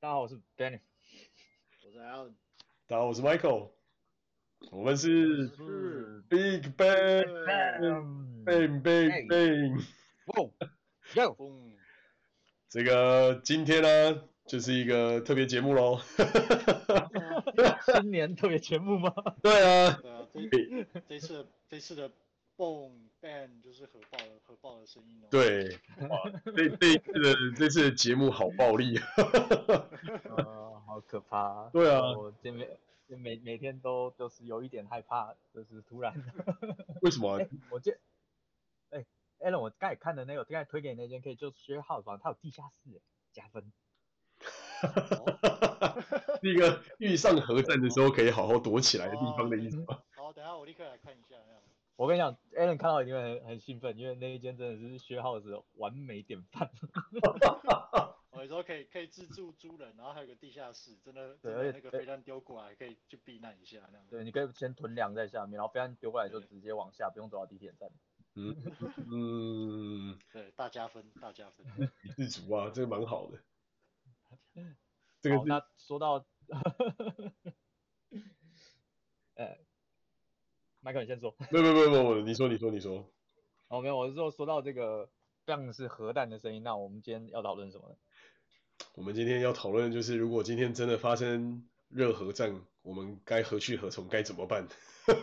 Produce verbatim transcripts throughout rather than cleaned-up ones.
大家好，我是 Benny。 我是 Alan， 大家好，我是 Michael，我们我们是是 Big Big Bang Bang， Bang Bang 哎 Bang。 ，Go Go！ 嘣， 这个今天呢，就是一个特别节目喽。 啊， 新年特别节目吗？ 对啊， 对啊，这这次的这次的蹦 bang 就是核爆的核爆的声音哦。 对，哇，这这一次的这次的节目好暴力。 呃，好可怕。 对啊， 我这每每每天都就是有一点害怕，就是突然。 为什么啊？ 哎，我这哎，Alan，我刚才看的那个，我刚才推给你那间可以就是 share house 房，它有地下室，加分。 哦， 是一个遇上核战的时候好， 可以好好躲起来的地方哦，等， 的意思吗？ 好，等一下我立刻来看一下，那样。 我跟你讲，Alan 看到一定会很很兴奋，因为那一间真的是 share house 的完美典范。 我有时候可以可以自助租人，然后还有个地下室，真的对， 真的而且呃那个飞弹丢过来可以去避难一下那样。 对，你可以先囤粮在下面，然后飞弹丢过来就对直接往下，不用走到地铁站。 嗯嗯， 对，大加分大加分。 自主啊，这个蛮好的。这个好， 是那说到，呃，麦克你先说。 没有没有没有没有，你说你说你说。 哦，没有，我是说说到这个像是核弹的声音，那我们今天要讨论什么呢？ 我们今天要讨论的就是，如果今天真的发生热核战，我们该何去何从，该怎么办？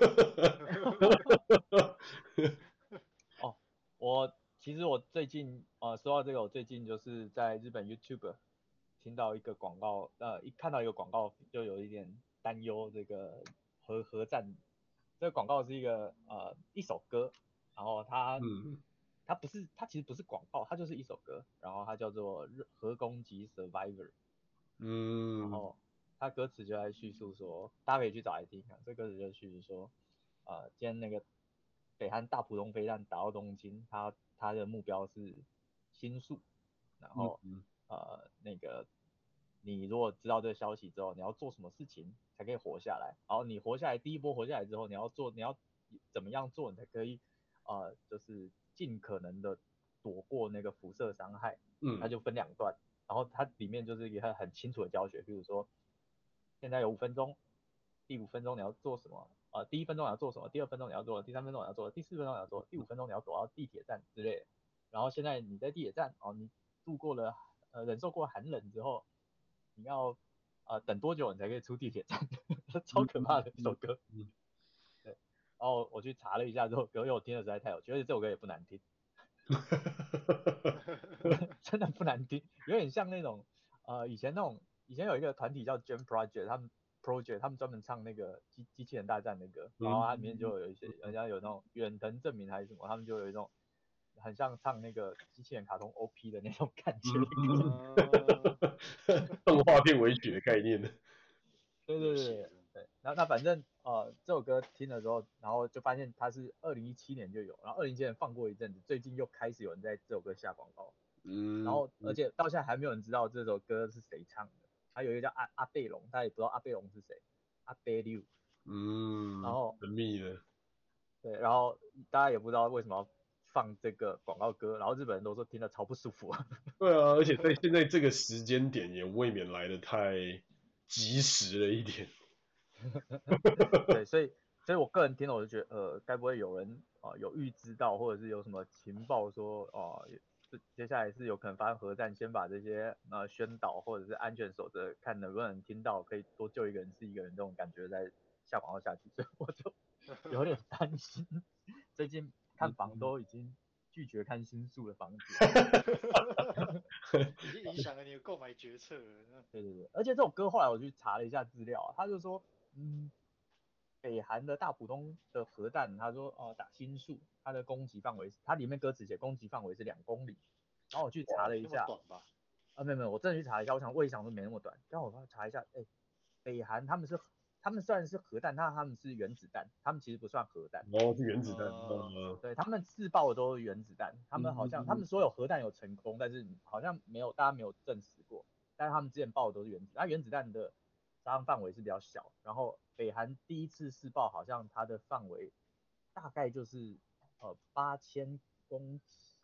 哦，我其实我最近呃说到这个，我最近就是在日本 YouTube 听到一个广告，呃，一看到一个广告就有一点担忧，这个核核战。这个广告是一个呃一首歌，然后它嗯它不是它其实不是广告，它就是一首歌，然后它叫做核攻击 Survivor。然嗯后它歌词就在叙述说，大家可以去找来听看，这歌词就叙述说，呃，今天那个北韩大浦东飞弹打到东京，它它的目标是新宿，然后嗯呃那个你如果知道这个消息之后，你要做什么事情才可以活下来？然后你活下来，第一波活下来之后，你要做你要怎么样做，你才可以呃就是尽可能的躲过那个辐射伤害？它嗯就分两段。然后它里面就是一个很清楚的教学，比如说现在有五分钟，第五分钟你要做什么？呃，第一分钟你要做什么？第二分钟你要做，第三分钟你要做，第四分钟你要做，第五分钟你要走到地铁站之类的。然后现在你在地铁站哦，你度过了呃忍受过寒冷之后，你要呃等多久你才可以出地铁站？超嗯可怕的一首嗯歌。 嗯， 对，然后我去查了一下之后，歌因为我听的实在太有趣，而且这首歌也不难听。真的不难听，有点像那种呃以前那种以前有一个团体叫 Jam Project，他们 Project 他们专门唱那个机机器人大战的歌，然后它里面就有一些人家有那种远藤证明还是什么，他们就有一种很像唱那个机器人卡通 O P 的那种感觉的歌。 嗯， 动画片为曲的概念呢？ 对对对对热血的， 对，那那反正呃这首歌听了之后，然后就发现它是二零一七年就有，然后二零一七年放过一阵子，最近又开始有人在这首歌下广告。然嗯后而且到现在还没有人知道这首歌是谁唱的。还有一个叫阿阿贝隆，他也不知道阿贝隆是谁，阿贝六。然嗯， 后神秘的。 对，然后大家也不知道为什么要放这个广告歌，然后日本人都说听了超不舒服。 对啊，而且在现在这个时间点也未免来的太及时了一点。 对，所以所以我个人听了我就觉得，呃，该不会有人啊、呃有预知到，或者是有什么情报说，哦、呃，接下来是有可能发生核战，先把这些呃宣导或者是安全守则，看能不能听到，可以多救一个人是一个人这种感觉再下广告下去，所以我就有点担心。最近看房都已经拒绝看新宿的房子。 已经影响了你的购买决策了。 对对对，而且这首歌后来我去查了一下资料啊，他就说，嗯，北韩的大浦东的核弹，他说哦打新宿，它的攻击范围，它里面歌词写攻击范围是两公里。然后我去查了一那么下， 短吧？ 啊没有没有，我真的去查了一下，我想我也想说没那么短，但我查一下，哎，北韩他们是他们虽然是核弹，但他们是原子弹，他们其实不算核弹。 哦，是原子弹。 呃， 呃， 对，他们自爆的都是原子弹，他们好像他嗯们说有核弹有成功，但是好像没有大家没有证实过。但是他们之前爆的都是原子，那原子弹的杀伤范围是比较小。然后北韩第一次试爆，好像它的范围大概就是呃八千公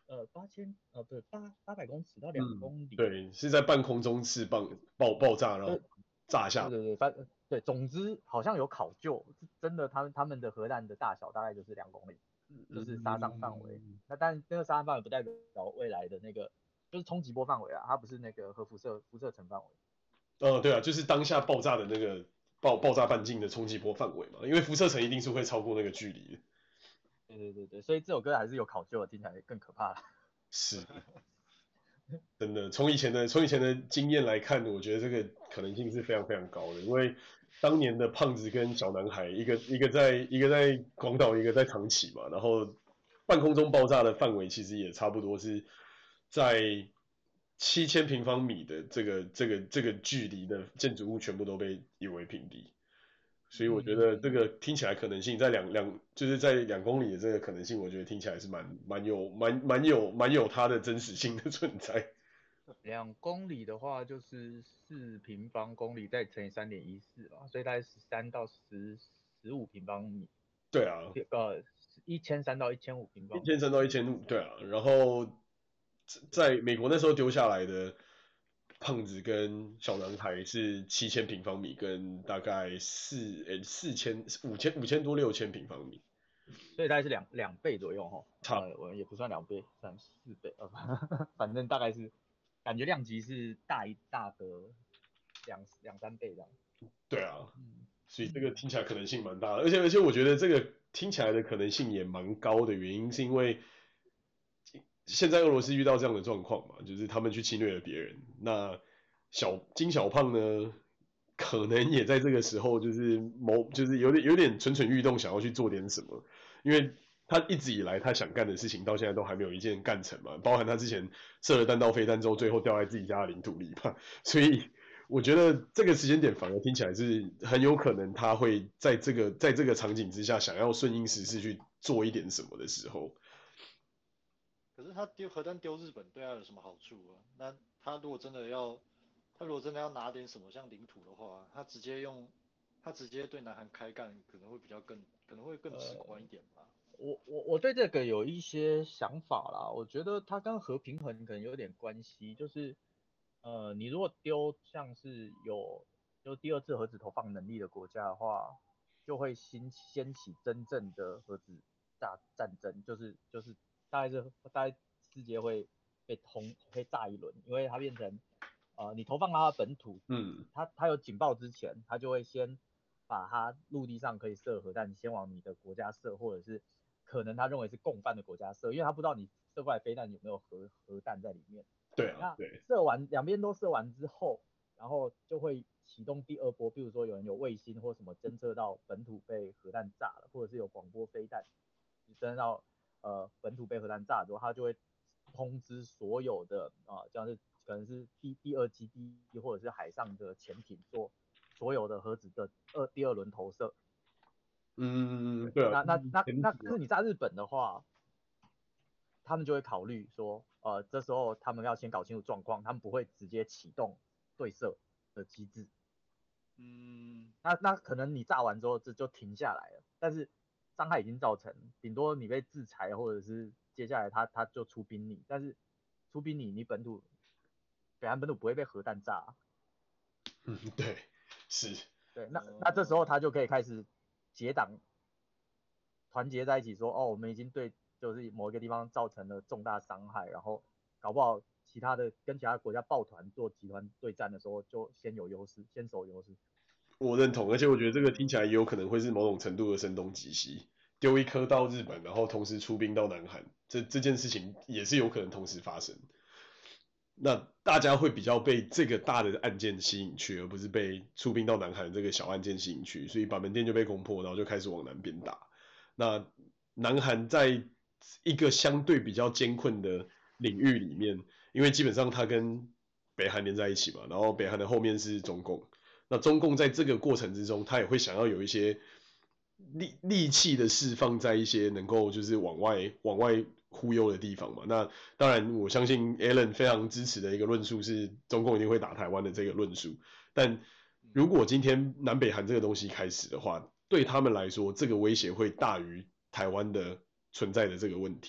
呃八千呃不是八八百公尺到两嗯， 公里， 对，是在半空中释放爆爆炸，然后对炸下。 对对对，反对，总之好像有考究，是真的，他们他们的核弹的大小大概就是两公里，就是杀伤范围。 嗯， 那但那个杀伤范围不代表未来的那个就是冲击波范围啊，它不是那个核辐射辐射层范围。 呃，对啊，就是当下爆炸的那个爆爆炸半径的冲击波范围嘛，因为辐射层一定是会超过那个距离的。 对对对对，所以这首歌还是有考究的，听起来更可怕了。 是，真的，从以前的从以前的经验来看，我觉得这个可能性是非常非常高的，因为当年的胖子跟小男孩，一个一个在一个在广岛，一个在长崎嘛，然后半空中爆炸的范围其实也差不多是在七千平方米的这个这个这个距离的建筑物全部都被夷为平地，所以我觉得这嗯， 个听起来可能性在两两就是在两公里的这个可能性，我觉得听起来是蛮蛮有蛮蛮有蛮有它的真实性的存在。 两公里的话就是四平方公里再乘以三点一四吧，所以大概十三到十十五平方米， 对啊， 呃，一千三到一千五平方米。 一千三到一千五，对啊，然后在美国那时候丢下来的胖子跟小男孩是七千平方米，跟大概四呃四千五千五千多六千平方米， 所以大概是两两倍左右哈， 差呃，我也不算两倍，算四倍，呃，反正大概是感觉量级是大一大个两两三倍这样。 对啊， 嗯所以这个嗯， 听起来可能性蛮大的，而且而且我觉得这个听起来的可能性也蛮高的原因是因为现在俄罗斯遇到这样的状况嘛，就是他们去侵略了别人，那小金小胖呢，可能也在这个时候就是谋，就是有点有点蠢蠢欲动，想要去做点什么，因为他一直以来他想干的事情到现在都还没有一件干成嘛，包含他之前射了弹道飞弹之后，最后掉在自己家的领土里嘛，所以我觉得这个时间点反而听起来是很有可能他会在这个在这个场景之下想要顺应时势去做一点什么的时候。 可是他丢核弹丢日本对他有什么好处啊？那他如果真的要，他如果真的要拿点什么像领土的话，他直接用，他直接对南韩开干，可能会比较更，可能会更直呃， 观一点吧。 我我我对这个有一些想法啦，我觉得它跟核平衡可能有点关系，就是呃，你如果丢像是有就第二次核子投放能力的国家的话，就会掀掀起真正的核子大战争，就是就是大概是大概世界会被轰被炸一轮，因为它变成呃你投放到它本土， 嗯， 它它有警报之前，它就会先把它陆地上可以射核弹先往你的国家射，或者是可能他认为是共犯的国家射，因为他不知道你射过来飞弹有没有核核弹在里面。 对啊， 那对， 射完两边都射完之后，然后就会启动第二波，比如说有人有卫星或什么侦测到本土被核弹炸了，或者是有广播飞弹侦测到呃本土被核弹炸之后，他就会通知所有的啊、呃，像是可能是第第二基地或者是海上的潜艇做所有的核子的二第二轮投射。 嗯， 对， 对啊， 那那那那前提啊， 可是你在日本的话，他们就会考虑说，呃，这时候他们要先搞清楚状况，他们不会直接启动对射的机制。 嗯， 那那可能你炸完之后这就停下来了，但是伤害已经造成，顶多你被制裁或者是接下来他他就出兵你，但是出兵你你本土北韩本土不会被核弹炸啊。 嗯，对，是， 对，那那这时候哦， 他就可以开始结党，团结在一起说，哦，我们已经对就是某一个地方造成了重大伤害，然后搞不好其他的跟其他国家抱团做集团对战的时候就先有优势，先手优势。 我认同，而且我觉得这个听起呃， 来也有可能会是某种程度的声东击西，丢一颗到日本，然后同时出兵到南韩，这这件事情也是有可能同时发生。那大家会比较被这个大的案件吸引去，而不是被出兵到南韩这个小案件吸引去，所以板门店就被攻破，然后就开始往南边打。那南韩在一个相对比较艰困的领域里面，因为基本上它跟北韩连在一起嘛，然后北韩的后面是中共，那中共在这个过程之中，他也会想要有一些力力气的释放在一些能够就是往外往外忽悠的地方嘛。那当然，我相信 Alan 非常支持的一个论述是中共一定会打台湾的这个论述。但嗯， 如果今天南北韩这个东西开始的话，对他们来说，这个威胁会大于台湾的存在的这个问题。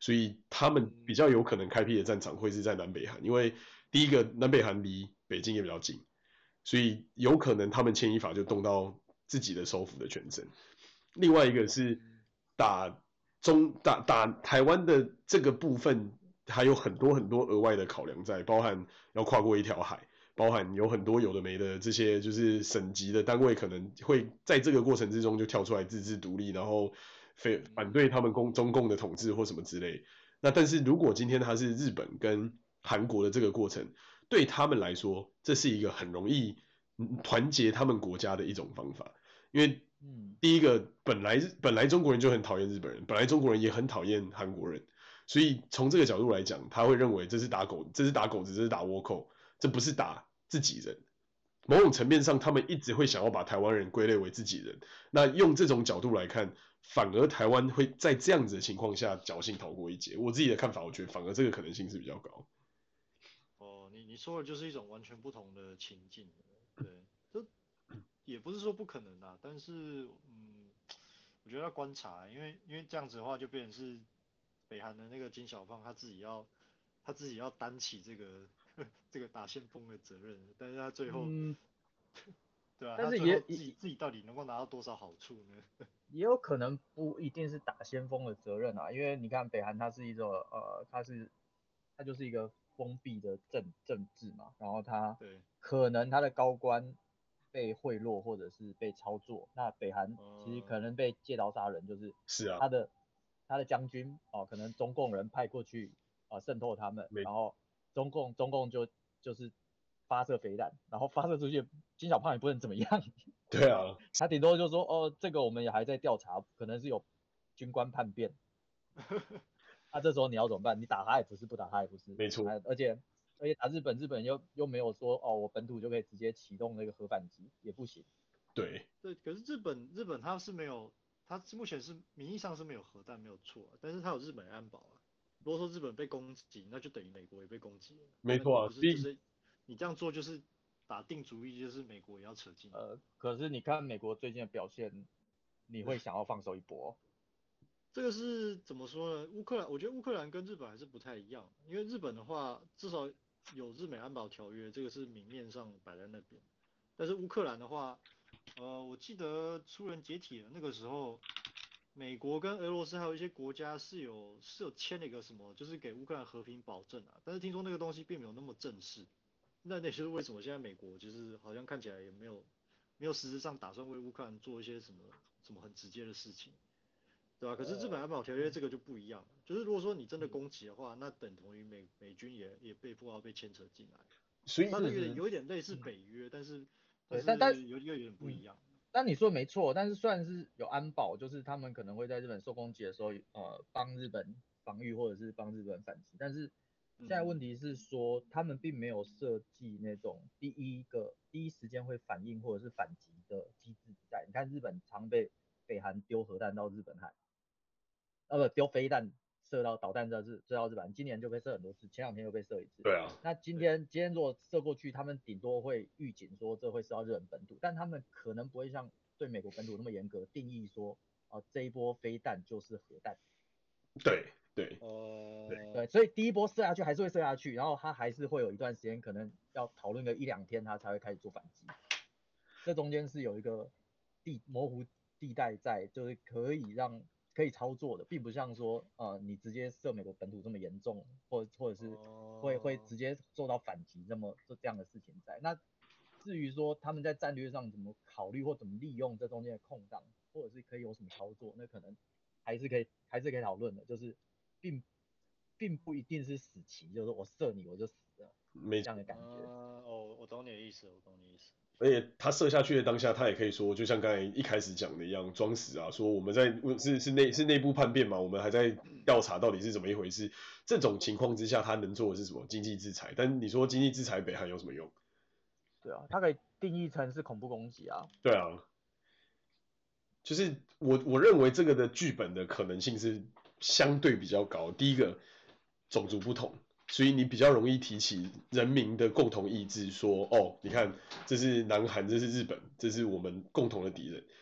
所以他们比较有可能开辟的战场会是在南北韩，因为第一个南北韩离北京也比较近，所以有可能他们牵一发就动到自己的首府的全身。另外一个是打中打打台湾的这个部分，还有很多很多额外的考量在，包含要跨过一条海，包含有很多有的没的这些，就是省级的单位可能会在这个过程之中就跳出来自治独立，然后非反对他们共中共的统治或什么之类。那但是如果今天它是日本跟韩国的这个过程，对他们来说，这是一个很容易团结他们国家的一种方法，因为第一个本来本来中国人就很讨厌日本人，本来中国人也很讨厌韩国人，所以从这个角度来讲，他会认为这是打狗，这是打狗子，这是打倭寇，这不是打自己人。某种层面上，他们一直会想要把台湾人归类为自己人。那用这种角度来看，反而台湾会在这样子的情况下侥幸逃过一劫。我自己的看法，我觉得反而这个可能性是比较高。 哦，你你说的就是一种完全不同的情境，对，这也不是说不可能啊，但是嗯，我觉得要观察，因为因为这样子的话，就变成是北韩的那个金小胖他自己要他自己要担起这个这个打先锋的责任，但是他最后， 嗯， 对吧、啊？ 但他最后自是也也己自己到底能够拿到多少好处呢？ 也有可能不一定是打先锋的责任啊，因为你看北韩它是一个呃，它是它就是一个封闭的政政治嘛，然后它对， 可能它的高官被贿赂或者是被操作，那北韩其实可呃， 能被借刀杀人，就是是啊， 他的他的将军哦、呃可能中共人派过去啊、呃、渗透他们， 没然后中共中共就就是发射飞弹，然后发射出去，金小胖也不能怎么样。 对啊， 他顶多就说哦，这个我们也还在调查，可能是有军官叛变。那、啊、这时候你要怎么办？你打他也不是，不打他也不是。 没错， 啊、而且而且打日本，日本又又没有说哦，我本土就可以直接启动那个核反击，也不行。 对对，可是日本日本它是没有，它目前是名义上是没有核弹没有错、啊，但是它有日本安保啊。如果说日本被攻击，那就等于美国也被攻击了。那你没错啊，毕不是就是你这样做就是打定主意，就是美国也要扯进来。 呃，可是你看美国最近的表现，你会想要放手一搏？ 这个是怎么说呢？乌克兰，我觉得乌克兰跟日本还是不太一样，因为日本的话至少有日美安保条约，这个是明面上摆在那边。但是乌克兰的话，呃，我记得苏联解体了那个时候，美国跟俄罗斯还有一些国家是有是有签了一个什么，就是给乌克兰和平保证啊。但是听说那个东西并没有那么正式。那那就是为什么现在美国就是好像看起来也没有没有实质上打算为乌克兰做一些什么什么很直接的事情。对吧？可是日本安保条约这个就不一样了，就是如果说你真的攻击的话，那等同于美美军也也被迫要被牵扯进来。 所以它那有点是是， 有一点类似嗯， 北约，但是但对，但但是有又有点不嗯， 一样。 但你说没错，但是虽然是有安保，就是他们可能会在日本受攻击的时候，呃，帮日本防御或者是帮日本反击，但是现在问嗯题是说，他们并没有设计那种第一个第一时间会反应或者是反击的机制在。你看日本常被北韩丢核弹到日本海，呃不丢飞弹射到导弹射日射到日本，今年就被射很多次，前两天又被射一次。 对啊， 那今对， 天今天如果射过去，他们顶多会预警说这会射到日本本土，但他们可能不会像对美国本土那么严格定义说，哦、呃、这一波飞弹就是核弹。 对对对， 呃， 对，所以第一波射下去还是会射下去，然后它还是会有一段时间可能要讨论个一两天，它才会开始做反击。这中间是有一个地模糊地带在，就是可以让可以操作的，并不像说呃你直接射美国本土这么严重，或或者是会会哦， 直接受到反击这么这这样的事情在。那至于说他们在战略上怎么考虑或怎么利用这中间的空档，或者是可以有什么操作，那可能还是可以还是可以讨论的，就是并并不一定是死棋，就是我射你我就死了没错。 这样的感觉。 呃，哦，我懂你的意思，我懂你的意思。 而且他射下去的当下，他也可以说，就像刚才一开始讲的一样，装死啊，说我们在是是内是内部叛变嘛，我们还在调查到底是怎么一回事。这种情况之下，他能做的是什么？经济制裁。但你说经济制裁北韩有什么用？ 对啊，它可以定义成是恐怖攻击啊。 对啊，就是我我认为这个的剧本的可能性是相对比较高。第一个，种族不同，所以你比较容易提起人民的共同意志，说哦，你看这是南韩，这是日本，这是我们共同的敌人。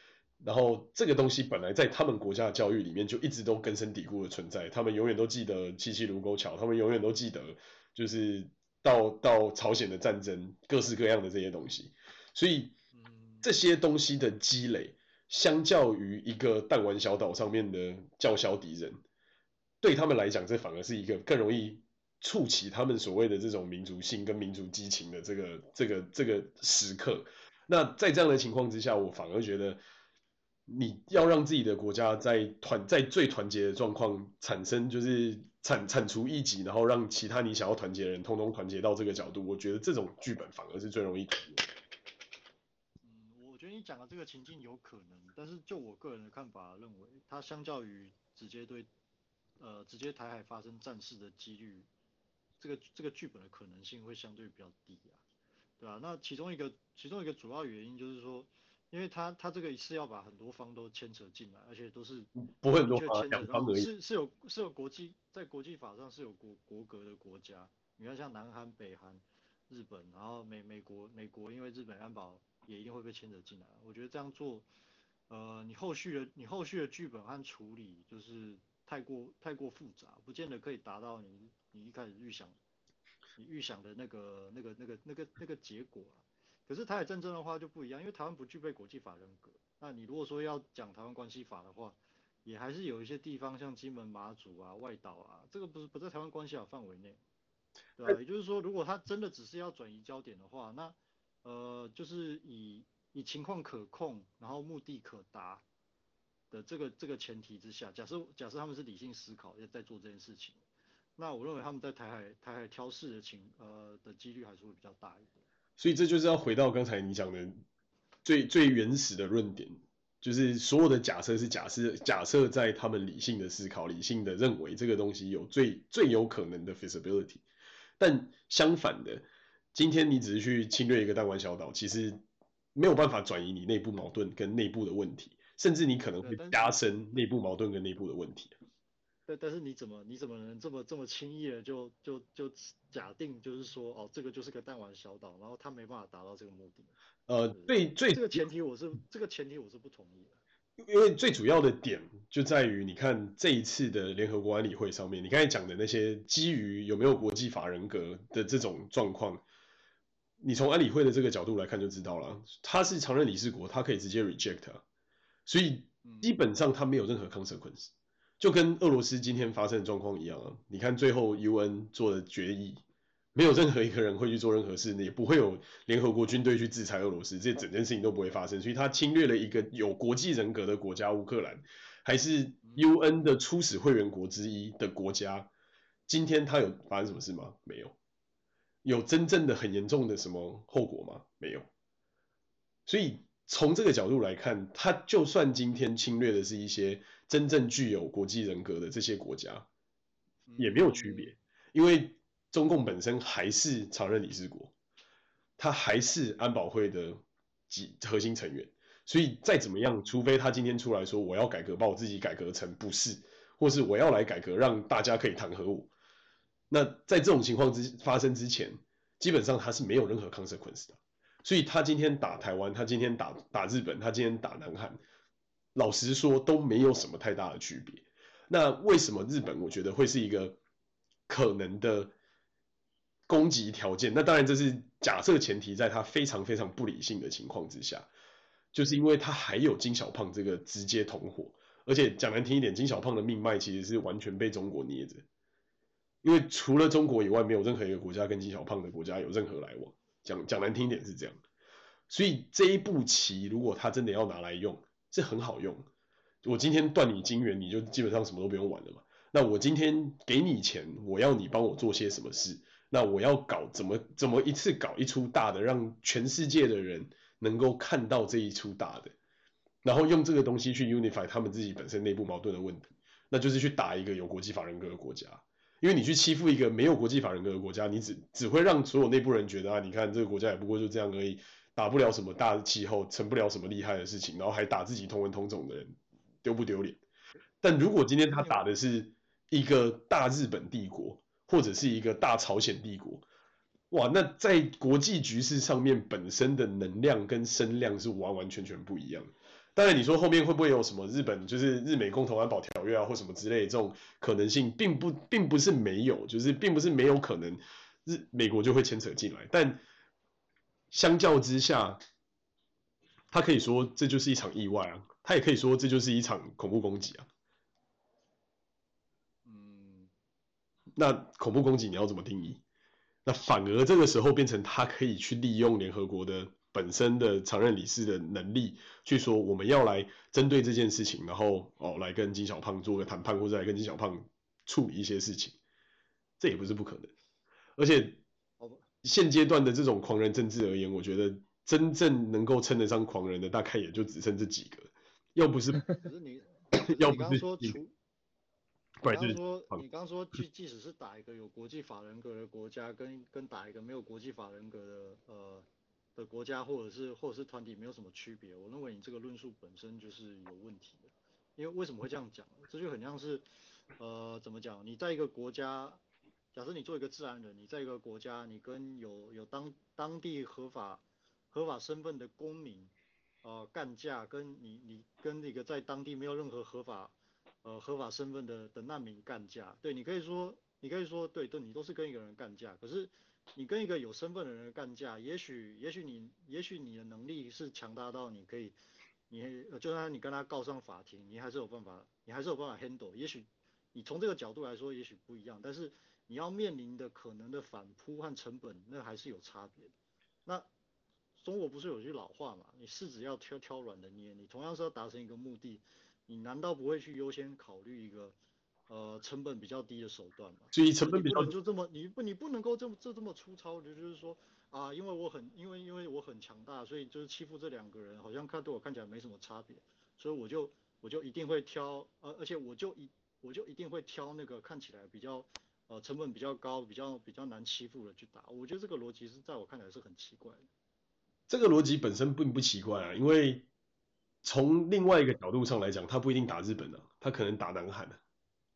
然后这个东西本来在他们国家的教育里面就一直都根深蒂固的存在，他们永远都记得七七卢沟桥，他们永远都记得就是到到朝鲜的战争，各式各样的这些东西，所以这些东西的积累，相较于一个弹丸小岛上面的叫嚣敌人，对他们来讲，这反而是一个更容易触起他们所谓的这种民族性跟民族激情的这个这个这个时刻。那在这样的情况之下，我反而觉得你要让自己的国家在团在最团结的状况产生，就是铲铲除异己，然后让其他你想要团结的人通通团结到这个角度，我觉得这种剧本反而是最容易读的。 嗯，我觉得你讲的这个情境有可能，但是就我个人的看法认为，它相较于直接对呃直接台海发生战事的几率，这个这个剧本的可能性会相对比较低啊。对啊，那其中一个其中一个主要原因就是说，因为他他这个是要把很多方都牵扯进来，而且都是不会很明多方， 确牵扯到两方而已。 是是有是有国际在国际法上是有国国格的国家，你看像南韩、北韩、日本，然后美美国美国因为日本安保也一定会被牵扯进来，我觉得这样做，呃，你后续的你后续的剧本和处理就是太过太过复杂，不见得可以达到你你一开始预想。你预想的那个、那个、那个、那个、那个结果啊。可是台海战争的话就不一样，因为台湾不具备国际法人格。那你如果说要讲台湾关系法的话，也还是有一些地方像金门、马祖啊、外岛啊，这个不是不在台湾关系法范围内，对吧、啊？也就是说，如果他真的只是要转移焦点的话，那呃，就是以以情况可控，然后目的可达的这个这个前提之下，假设假设他们是理性思考在做这件事情。那我认为他们在台海台海挑事的情呃的几率还是会比较大一点。 所以这就是要回到刚才你讲的最最原始的论点，就是所有的假设是假设假设在他们理性的思考、理性的认为这个东西有最最有可能的 feasibility， 但相反的，今天你只是去侵略一个弹丸小岛，其实没有办法转移你内部矛盾跟内部的问题，甚至你可能会加深内部矛盾跟内部的问题。 但但是你怎么你怎么能这么这么轻易的就就就假定就是说哦这个就是个弹丸小岛，然后他没办法达到这个目的？ 呃，最最这个前提我是这个前提我是不同意的。 因为最主要的点就在于，你看这一次的联合国安理会上面，你刚才讲的那些基于有没有国际法人格的这种状况，你从安理会的这个角度来看就知道了，他是常任理事国，他可以直接 reject，所以基本上他没有任何 consequence，就跟俄罗斯今天发生的状况一样啊。你看最后 U N 做的决议，没有任何一个人会去做任何事，也不会有联合国军队去制裁俄罗斯，这整件事情都不会发生。所以他侵略了一个有国际人格的国家乌克兰，还是 U N 的初始会员国之一的国家，今天他有发生什么事吗？没有。有真正的很严重的什么后果吗？没有。所以从这个角度来看，他就算今天侵略的是一些真正具有国际人格的这些国家，也没有区别，因为中共本身还是常任理事国，他还是安保会的核心成员，所以再怎么样，除非他今天出来说我要改革，把我自己改革成不是，或是我要来改革，让大家可以弹劾我。那在这种情况之发生之前，基本上他是没有任何 consequence 的。所以他今天打台湾，他今天打打日本，他今天打南韩，老实说都没有什么太大的区别。那为什么日本我觉得会是一个可能的攻击条件？那当然这是假设前提在他非常非常不理性的情况之下，就是因为他还有金小胖这个直接同伙，而且讲难听一点，金小胖的命脉其实是完全被中国捏着。因为除了中国以外，没有任何一个国家跟金小胖的国家有任何来往。讲讲难听点是这样，所以这一步棋如果他真的要拿来用，是很好用。我今天断你金源，你就基本上什么都不用玩了嘛。那我今天给你钱，我要你帮我做些什么事？那我要搞怎么怎么一次搞一出大的，让全世界的人能够看到这一出大的，然后用这个东西去 unify 他们自己本身内部矛盾的问题，那就是去打一个有国际法人格的国家。因为你去欺负一个没有国际法人格的国家，你只只会让所有内部人觉得啊，你看这个国家也不过就这样而已，打不了什么大的气候，成不了什么厉害的事情，然后还打自己同文同种的人，丢不丢脸？但如果今天他打的是一个大日本帝国，或者是一个大朝鲜帝国，哇，那在国际局势上面本身的能量跟声量是完完全全不一样的。 当然，你说后面会不会有什么日本就是日美共同安保条约啊，或什么之类的这种可能性，并不并不是没有，就是并不是没有可能日美国就会牵扯进来，但相较之下，他可以说这就是一场意外啊，他也可以说这就是一场恐怖攻击啊。 嗯， 那恐怖攻击你要怎么定义？那反而这个时候变成他可以去利用联合国的本身的常任理事的能力，去说我们要来针对这件事情，然后哦来跟金小胖做个谈判，或者来跟金小胖处理一些事情，这也不是不可能。而且现阶段的这种狂人政治而言，我觉得真正能够称得上狂人的，大概也就只剩这几个，要不是可是你，可是要你刚刚不是不说除，你然就是刚刚说，你刚刚说，即即使是打一个有国际法人格的国家，跟跟打一个没有国际法人格的呃的国家，或者是或者是团体，没有什么区别。我认为你这个论述本身就是有问题的。因为为什么会这样讲呢？这就很像是，呃，怎么讲？你在一个国家，假设你做一个自然人，你在一个国家，你跟有有当当地合法合法身份的公民，呃，干架，跟你你跟那个在当地没有任何合法呃合法身份的的难民干架，对，你可以说你可以说对对，你都是跟一个人干架，可是你跟一个有身份的人干架，也许也许你也许你的能力是强大到你可以。你呃就算你跟他告上法庭，你还是有办法，你还是有办法 handle。也许你从这个角度来说，也许不一样，但是你要面临的可能的反扑和成本，那还是有差别的。那中国不是有句老话嘛？你柿子要挑挑软的捏，你同样是要达成一个目的，你难道不会去优先考虑一个呃成本比较低的手段吗？ 所以可是你不成本比较能就这么，你不你不能够这么这这么粗糙的，就是说啊，因为我很因为因为我很强大，所以就是欺负这两个人，好像看对我看起来没什么差别，所以我就我就一定会挑，呃，而且我就一我就一定会挑那个看起来比较呃成本比较高、比较比较难欺负的去打。我觉得这个逻辑是在我看来是很奇怪的。 这个逻辑本身并不奇怪啊，因为从另外一个对啊， 角度上来讲，他不一定打日本啊，他可能打南韩啊，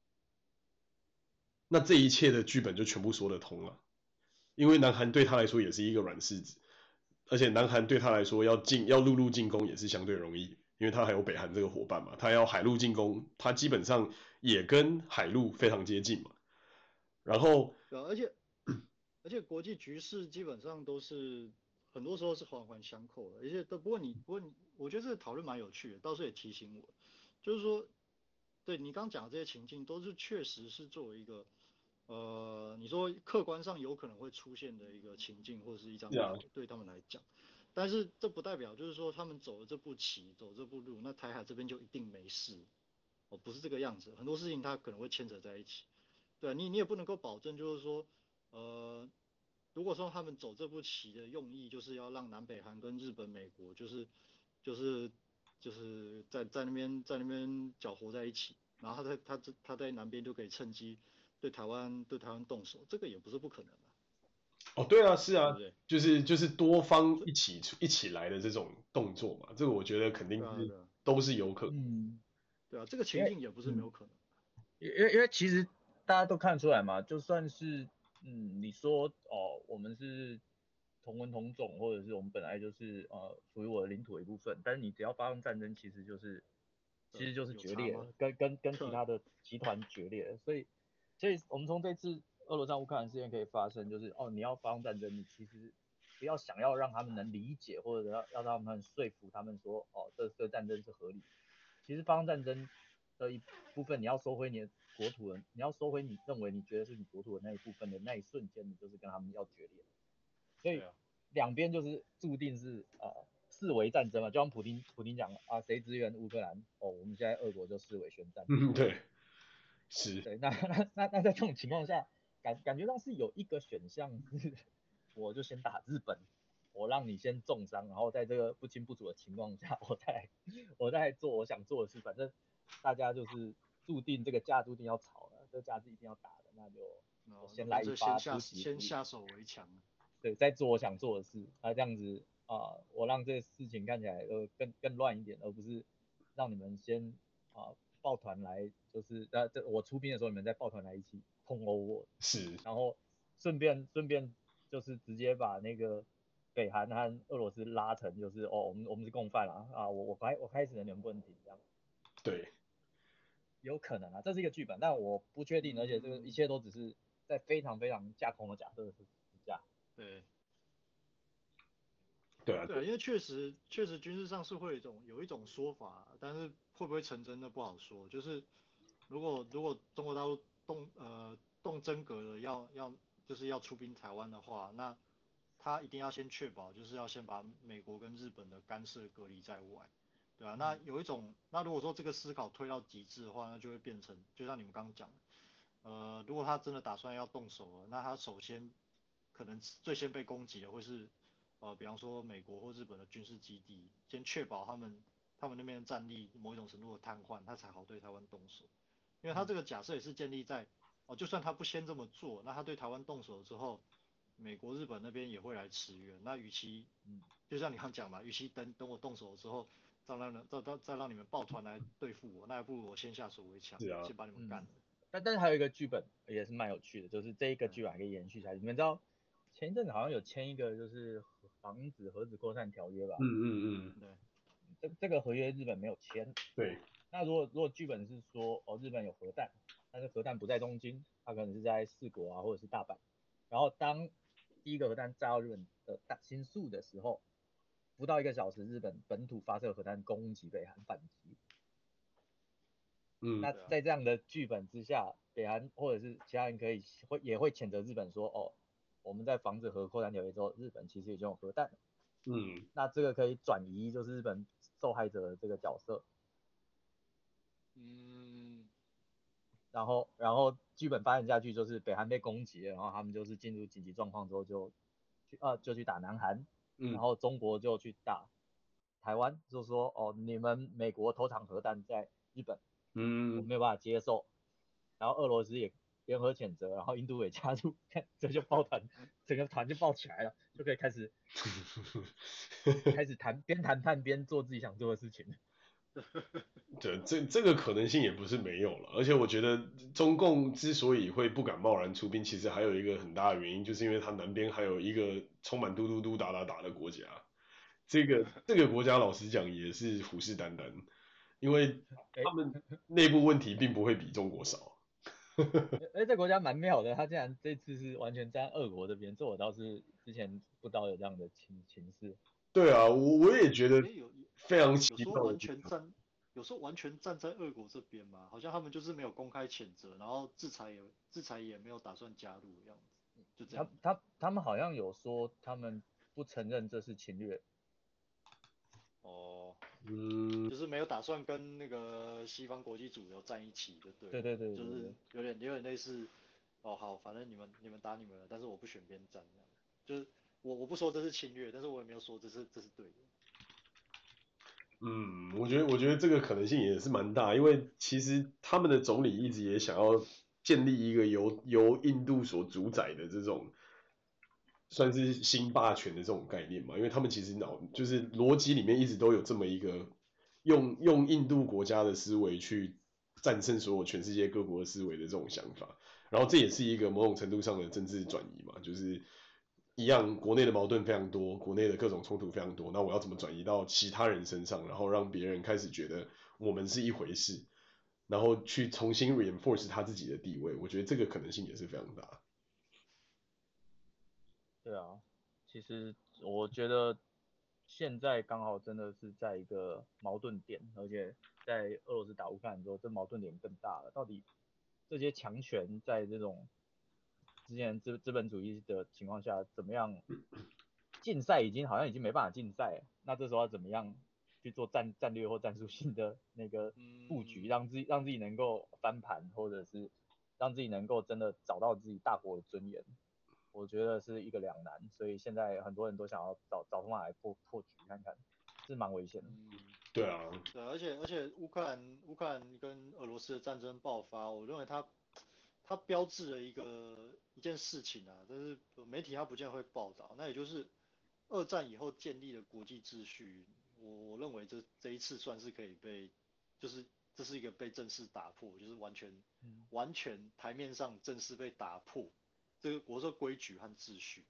那这一切的剧本就全部说得通了。因为南韩对他来说也是一个软柿子，而且南韩对他来说要进要陆路进攻也是相对容易，因为他还有北韩这个伙伴嘛，他要海陆进攻，他基本上也跟海陆非常接近嘛。然后， 对啊，而且而且国际局势基本上都是很多时候是环环相扣的，而且都不过你不过你，我觉得这个讨论蛮有趣的，倒是也提醒我，就是说，对你刚讲的这些情境都是确实是作为一个呃，你说客观上有可能会出现的一个情境或者是一张是啊， 牌对他们来讲，但是这不代表就是说他们走了这步棋，走这步路，那台海这边就一定没事，哦，不是这个样子，很多事情它可能会牵扯在一起。对啊，你你也不能够保证，就是说，呃，如果说他们走这步棋的用意就是要让南北韩跟日本、美国，就是就是就是在在那边在那边搅和在一起，然后他在他他在南边就可以趁机对台湾对台湾动手，这个也不是不可能的， 哦，对啊，是啊， 对不对？ 就是就是多方所以一起一起来的这种动作嘛，这个我觉得肯定是对啊对啊都是有可能。 嗯， 对啊，这个因为情境也不是没有嗯， 可能， 因为因为其实大家都看得出来嘛，就算是嗯你说哦我们是同文同种，或者是我们本来就是呃属于我的领土的一部分，但是你只要发动战争，其实就是对啊， 其实就是有差吗？ 决裂了，跟跟跟对啊， 其他的集团决裂了，所以所以我们从这次俄罗斯乌克兰事件可以发生，就是哦你要发动战争，你其实不要想要让他们能理解，或者要要让他们说服他们说哦这这个战争是合理的，其实发动战争的一部分，你要收回你的国土的，你要收回你认为你觉得是你国土的那一部分的那一瞬间，你就是跟他们要决裂。所以对啊， 两边就是注定是呃视为战争嘛，就像普丁普丁讲啊，谁支援乌克兰，哦，我们现在俄国就视为宣战。 嗯，对，是。 对，那那那那在这种情况下，感感觉上是有一个选项是，我就先打日本，我让你先重伤，然后在这个不清不楚的情况下，我再我再做我想做的事，反正大家就是注定这个架注定要吵了，这个架是一定要打的，那就我那那先来一干脆先发下先出其不意， 下手为强， 对，在做我想做的事，那这样子啊、呃我让这个事情看起来呃更更乱一点，而不是让你们先啊、呃抱团来，就是呃这我出兵的时候你们再抱团来一起痛殴我， 是， 然后顺便顺便就是直接把那个北韩和俄罗斯拉成就是哦，我们我们是共犯啊啊，我我开我开始了，你们不能停这样。 对， 有可能啊，这是一个剧本，但我不确定，而且这个一嗯， 切都只是在非常非常架空的假设之下。 对。 对啊， 对啊，因为确实确实军事上是会有一种有一种说法，但是会不会成真的不好说。就是如果如果中国大陆动呃动真格的要要就是要出兵台湾的话，那他一定要先确保就是要先把美国跟日本的干涉隔离在外，对啊，那有一种那如果说这个思考推到极致的话，那就会变成就像你们刚刚讲的，呃，如果他真的打算要动手了，那他首先可能最先被攻击的会是呃，比方说美国或日本的军事基地，先确保他们他们那边的战力某一种程度的瘫痪，他才好对台湾动手。因为他这个假设也是建立在哦，就算他不先这么做，那他对台湾动手之后，美国、日本那边也会来驰援。那与其就像你刚讲嘛，与其等等我动手之后，再让再再再让你们抱团来对付我，那还不如我先下手为强， 是啊， 先把你们干嗯， 了。 但但是还有一个剧本也是蛮有趣的，就是这一个嗯剧本还可以延续下去。你们知道前一阵子好像有签一个就是防止核子扩散条约吧？ 嗯嗯嗯， 对， 这这个合约日本没有签。 对， 那如果如果剧本是说哦日本有核弹，但是核弹不在东京，它可能是在四国啊或者是大阪，然后当第一个核弹炸到日本的大新宿的时候，不到一个小时，日本本土发射核弹攻击北韩反击。 嗯那对啊， 在这样的剧本之下，北韩或者是其他人可以会也会谴责日本说，哦，我们在防止核扩散条约之后，日本其实已经有核弹了。 嗯那这个可以转移就是日本受害者的这个角色， 嗯， 然后然后剧本发展下去就是北韩被攻击了，然后他们就是进入紧急状况之后就去呃就去打南韩，然嗯后中国就去打台湾，就说哦你们美国投产核弹在日本，我嗯， 没有办法接受，然后俄罗斯也联合谴责，然后印度也加入，看这就抱团，整个团就抱起来了，就可以开始开始谈边谈判边做自己想做的事情。 对，这这个可能性也不是没有了，而且我觉得中共之所以会不敢贸然出兵，其实还有一个很大的原因，就是因为它南边还有一个充满嘟嘟嘟打打打的国家，这个这个国家老实讲也是虎视眈眈，因为哎他们内部问题并不会比中国少。 哎，这国家蛮妙的，他竟然这次是完全站俄国这边，这我倒是之前不知道有这样的情情势。 对啊，我我也觉得哎，有非常奇有说完妙的地方。 全站，有时候完全站在俄国这边嘛，好像他们就是没有公开谴责，然后制裁也制裁也没有打算加入的样子，就这样。 他他他们好像有说他们不承认这是侵略。 哦， 嗯， 就是没有打算跟那个西方国际主流站一起，就对了， 对对对就是对对， 有点有点类似，哦好，反正你们你们打你们的，但是我不选边站这样，就是我我不说这是侵略，但是我也没有说这是这是对的。 嗯，我觉得我觉得这个可能性也是蛮大，因为其实他们的总理一直也想要建立一个由由印度所主宰的这种算是新霸权的这种概念嘛，因为他们其实脑就是逻辑里面一直都有这么一个用用印度国家的思维去战胜所有全世界各国的思维的这种想法，然后这也是一个某种程度上的政治转移嘛，就是一样国内的矛盾非常多，国内的各种冲突非常多，那我要怎么转移到其他人身上，然后让别人开始觉得我们是一回事，然后去重新 reinforce 他自己的地位，我觉得这个可能性也是非常大。 对啊，其实我觉得现在刚好真的是在一个矛盾点，而且在俄罗斯打乌克兰之后，这矛盾点更大了。到底这些强权在这种之前资资本主义的情况下，怎么样竞赛已经好像已经没办法竞赛了，那这时候要怎么样去做战战略或战术性的那个布局， 嗯， 让自己让自己能够翻盘，或者是让自己能够真的找到自己大国的尊严。我觉得是一个两难，所以现在很多人都想要找找方法来破破局看看，是蛮危险的。 嗯， 对啊， 对啊，而且而且乌克兰乌克兰跟俄罗斯的战争爆发，我认为它它标志了一个一件事情啊，但是媒体它不见得会报道，那也就是二战以后建立的国际秩序，我我认为这这一次算是可以被，就是这是一个被正式打破，就是完全嗯， 完全台面上正式被打破，这个我说规矩和秩序。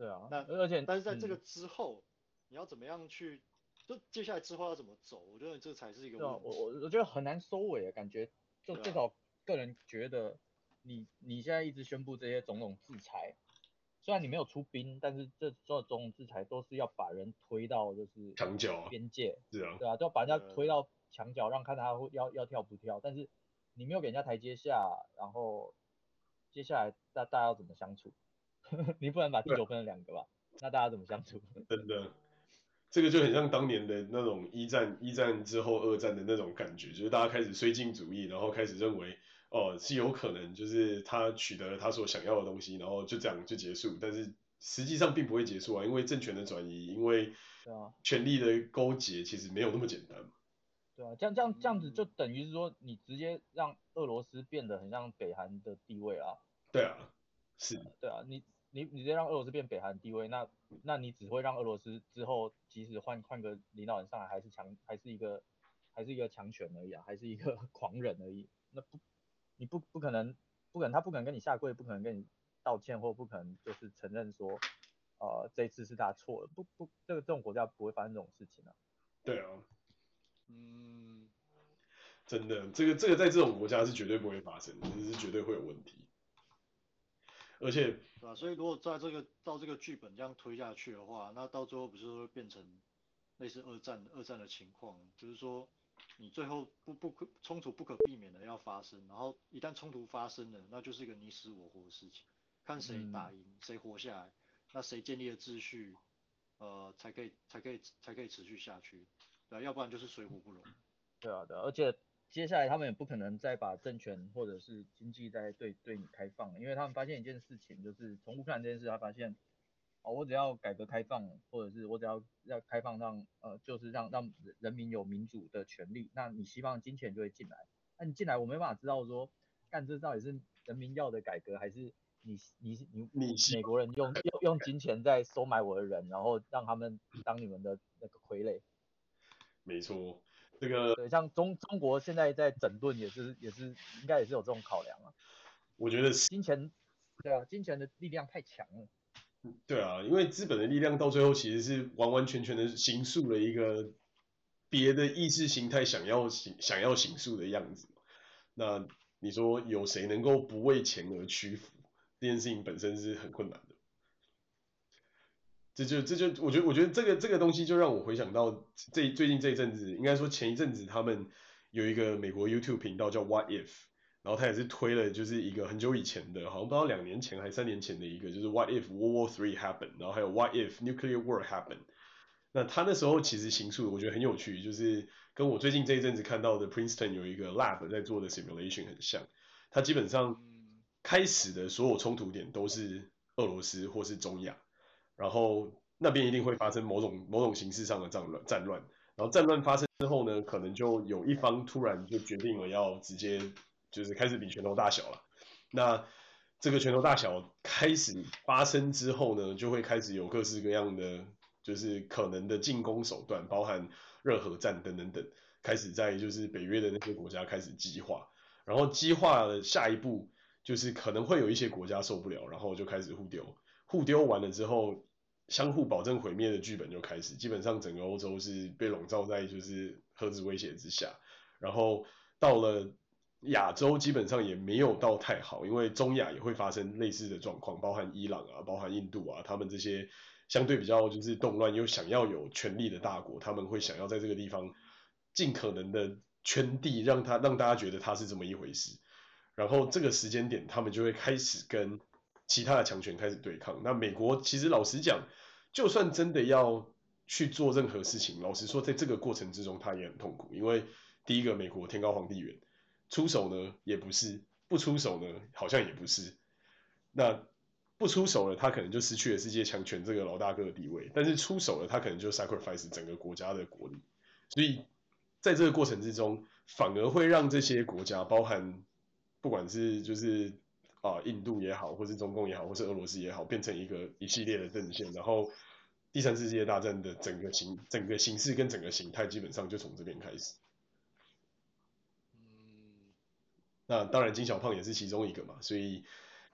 对啊， 那而且但是在这个嗯之后，你要怎么样去，就接下来之后要怎么走？我觉得这才是一个对啊， 问题。 我我我觉得很难收尾的感觉，就对啊， 至少个人觉得你你现在一直宣布这些种种制裁，虽然你没有出兵，但是这所有种种制裁都是要把人推到就是墙角啊， 边界， 是啊， 对啊，就要把人对啊，对啊， 家推到墙角，让看他会要要跳不跳，但是你没有给人家台阶下，然后接下来大大家要怎么相处？你不能把地对啊， 球分成两个吧？那大家怎么相处？ 真的。这个就很像当年的那种一战一战之后二战的那种感觉，就是大家开始绥靖主义，然后开始认为哦是有可能就是他取得了他所想要的东西，然后就这样就结束，但是实际上并不会结束啊，因为政权的转移，因为对啊。 权力的勾结其实没有那么简单。 对啊，这样这样这样子就嗯， 等于是说，你直接让俄罗斯变得很像北韩的地位啊。 对啊，是， 对啊，你你你直接让俄罗斯变北韩地位，那那你只会让俄罗斯之后即使换换个领导人上来，还是强还是一个还是一个强权而已啊，还是一个狂人而已。那不你不不可能不可能他不可能跟你下跪，不可能跟你道歉，或不可能就是承认说，呃这一次是他错了，不不这个这种国家不会发生这种事情啊。 对啊， 嗯， 真的，这个这个在这种国家是绝对不会发生的，这是绝对会有问题，而且对吧？所以如果在这个照这个剧本这样推下去的话，那到最后不是会变成类似二战二战的情况，就是说你最后不不可冲突不可避免的要发生，然后一旦冲突发生了，那就是一个你死我活的事情，看谁嗯， 打赢，谁活下来，那谁建立了秩序，呃，才可以才可以才可以持续下去，对啊，要不然就是水火不容。 对啊，对啊，而且接下来他们也不可能再把政权或者是经济再对对你开放，因为他们发现一件事情，就是从乌克兰这件事，他发现，哦，我只要改革开放，或者是我只要要开放让呃，就是让让人民有民主的权利，那你西方的金钱就会进来，那你进来，我没办法知道说，干这到底是人民要的改革，还是你你你你希美国人用用用金钱在收买我的人，然后让他们当你们的那个傀儡。 没错，这个对，像中中国现在在整顿也是也是应该也是有这种考量啊。 我觉得是。 金钱，对啊，金钱的力量太强了。 对啊，因为资本的力量到最后其实是完完全全的形塑了一个别的意识形态想要形想要形塑的样子。那你说有谁能够不为钱而屈服？这件事情本身是很困难的。这就这就我觉得我觉得这个这个东西就让我回想到这最近这一阵子，应该说前一阵子他们有一个美国 YouTube 频道叫 What If，然后他也是推了就是一个很久以前的，好像不知道两年前还是三年前的一个，就是 What if World War Three happen，然后还有 What if Nuclear War happen。那他那时候其实形塑的我觉得很有趣，就是跟我最近这一阵子看到的 Princeton 有一个 lab 在做的 simulation 很像。它基本上嗯开始的所有冲突点都是俄罗斯或是中亚，然后那边一定会发生某种某种形式上的战乱战乱，然后战乱发生之后呢，可能就有一方突然就决定了要直接就是开始比拳头大小了。那这个拳头大小开始发生之后呢，就会开始有各式各样的就是可能的进攻手段，包含热核战等等等，开始在就是北约的那些国家开始激化，然后激化的下一步就是可能会有一些国家受不了，然后就开始互丢，互丢完了之后，相互保证毁灭的剧本就开始，基本上整个欧洲是被笼罩在就是核子威胁之下，然后到了亚洲基本上也没有到太好，因为中亚也会发生类似的状况，包含伊朗啊，包含印度啊，他们这些相对比较就是动乱又想要有权力的大国，他们会想要在这个地方尽可能的圈地，让他让大家觉得他是这么一回事。然后这个时间点，他们就会开始跟其他的强权开始对抗。那美国其实老实讲，就算真的要去做任何事情，老实说，在这个过程之中，他也很痛苦，因为第一个，美国天高皇帝远，出手呢也不是，不出手呢好像也不是。那不出手了，他可能就失去了世界强权这个老大哥的地位；但是出手了，他可能就 sacrifice 整个国家的国力。所以在这个过程之中，反而会让这些国家，包含不管是就是啊、呃印度也好，或是中共也好，或是俄罗斯也好，变成一个一系列的阵线，然后第三次世界大战的整个形整个形式跟整个形态，基本上就从这边开始。 嗯， 那当然，金小胖也是其中一个嘛，所以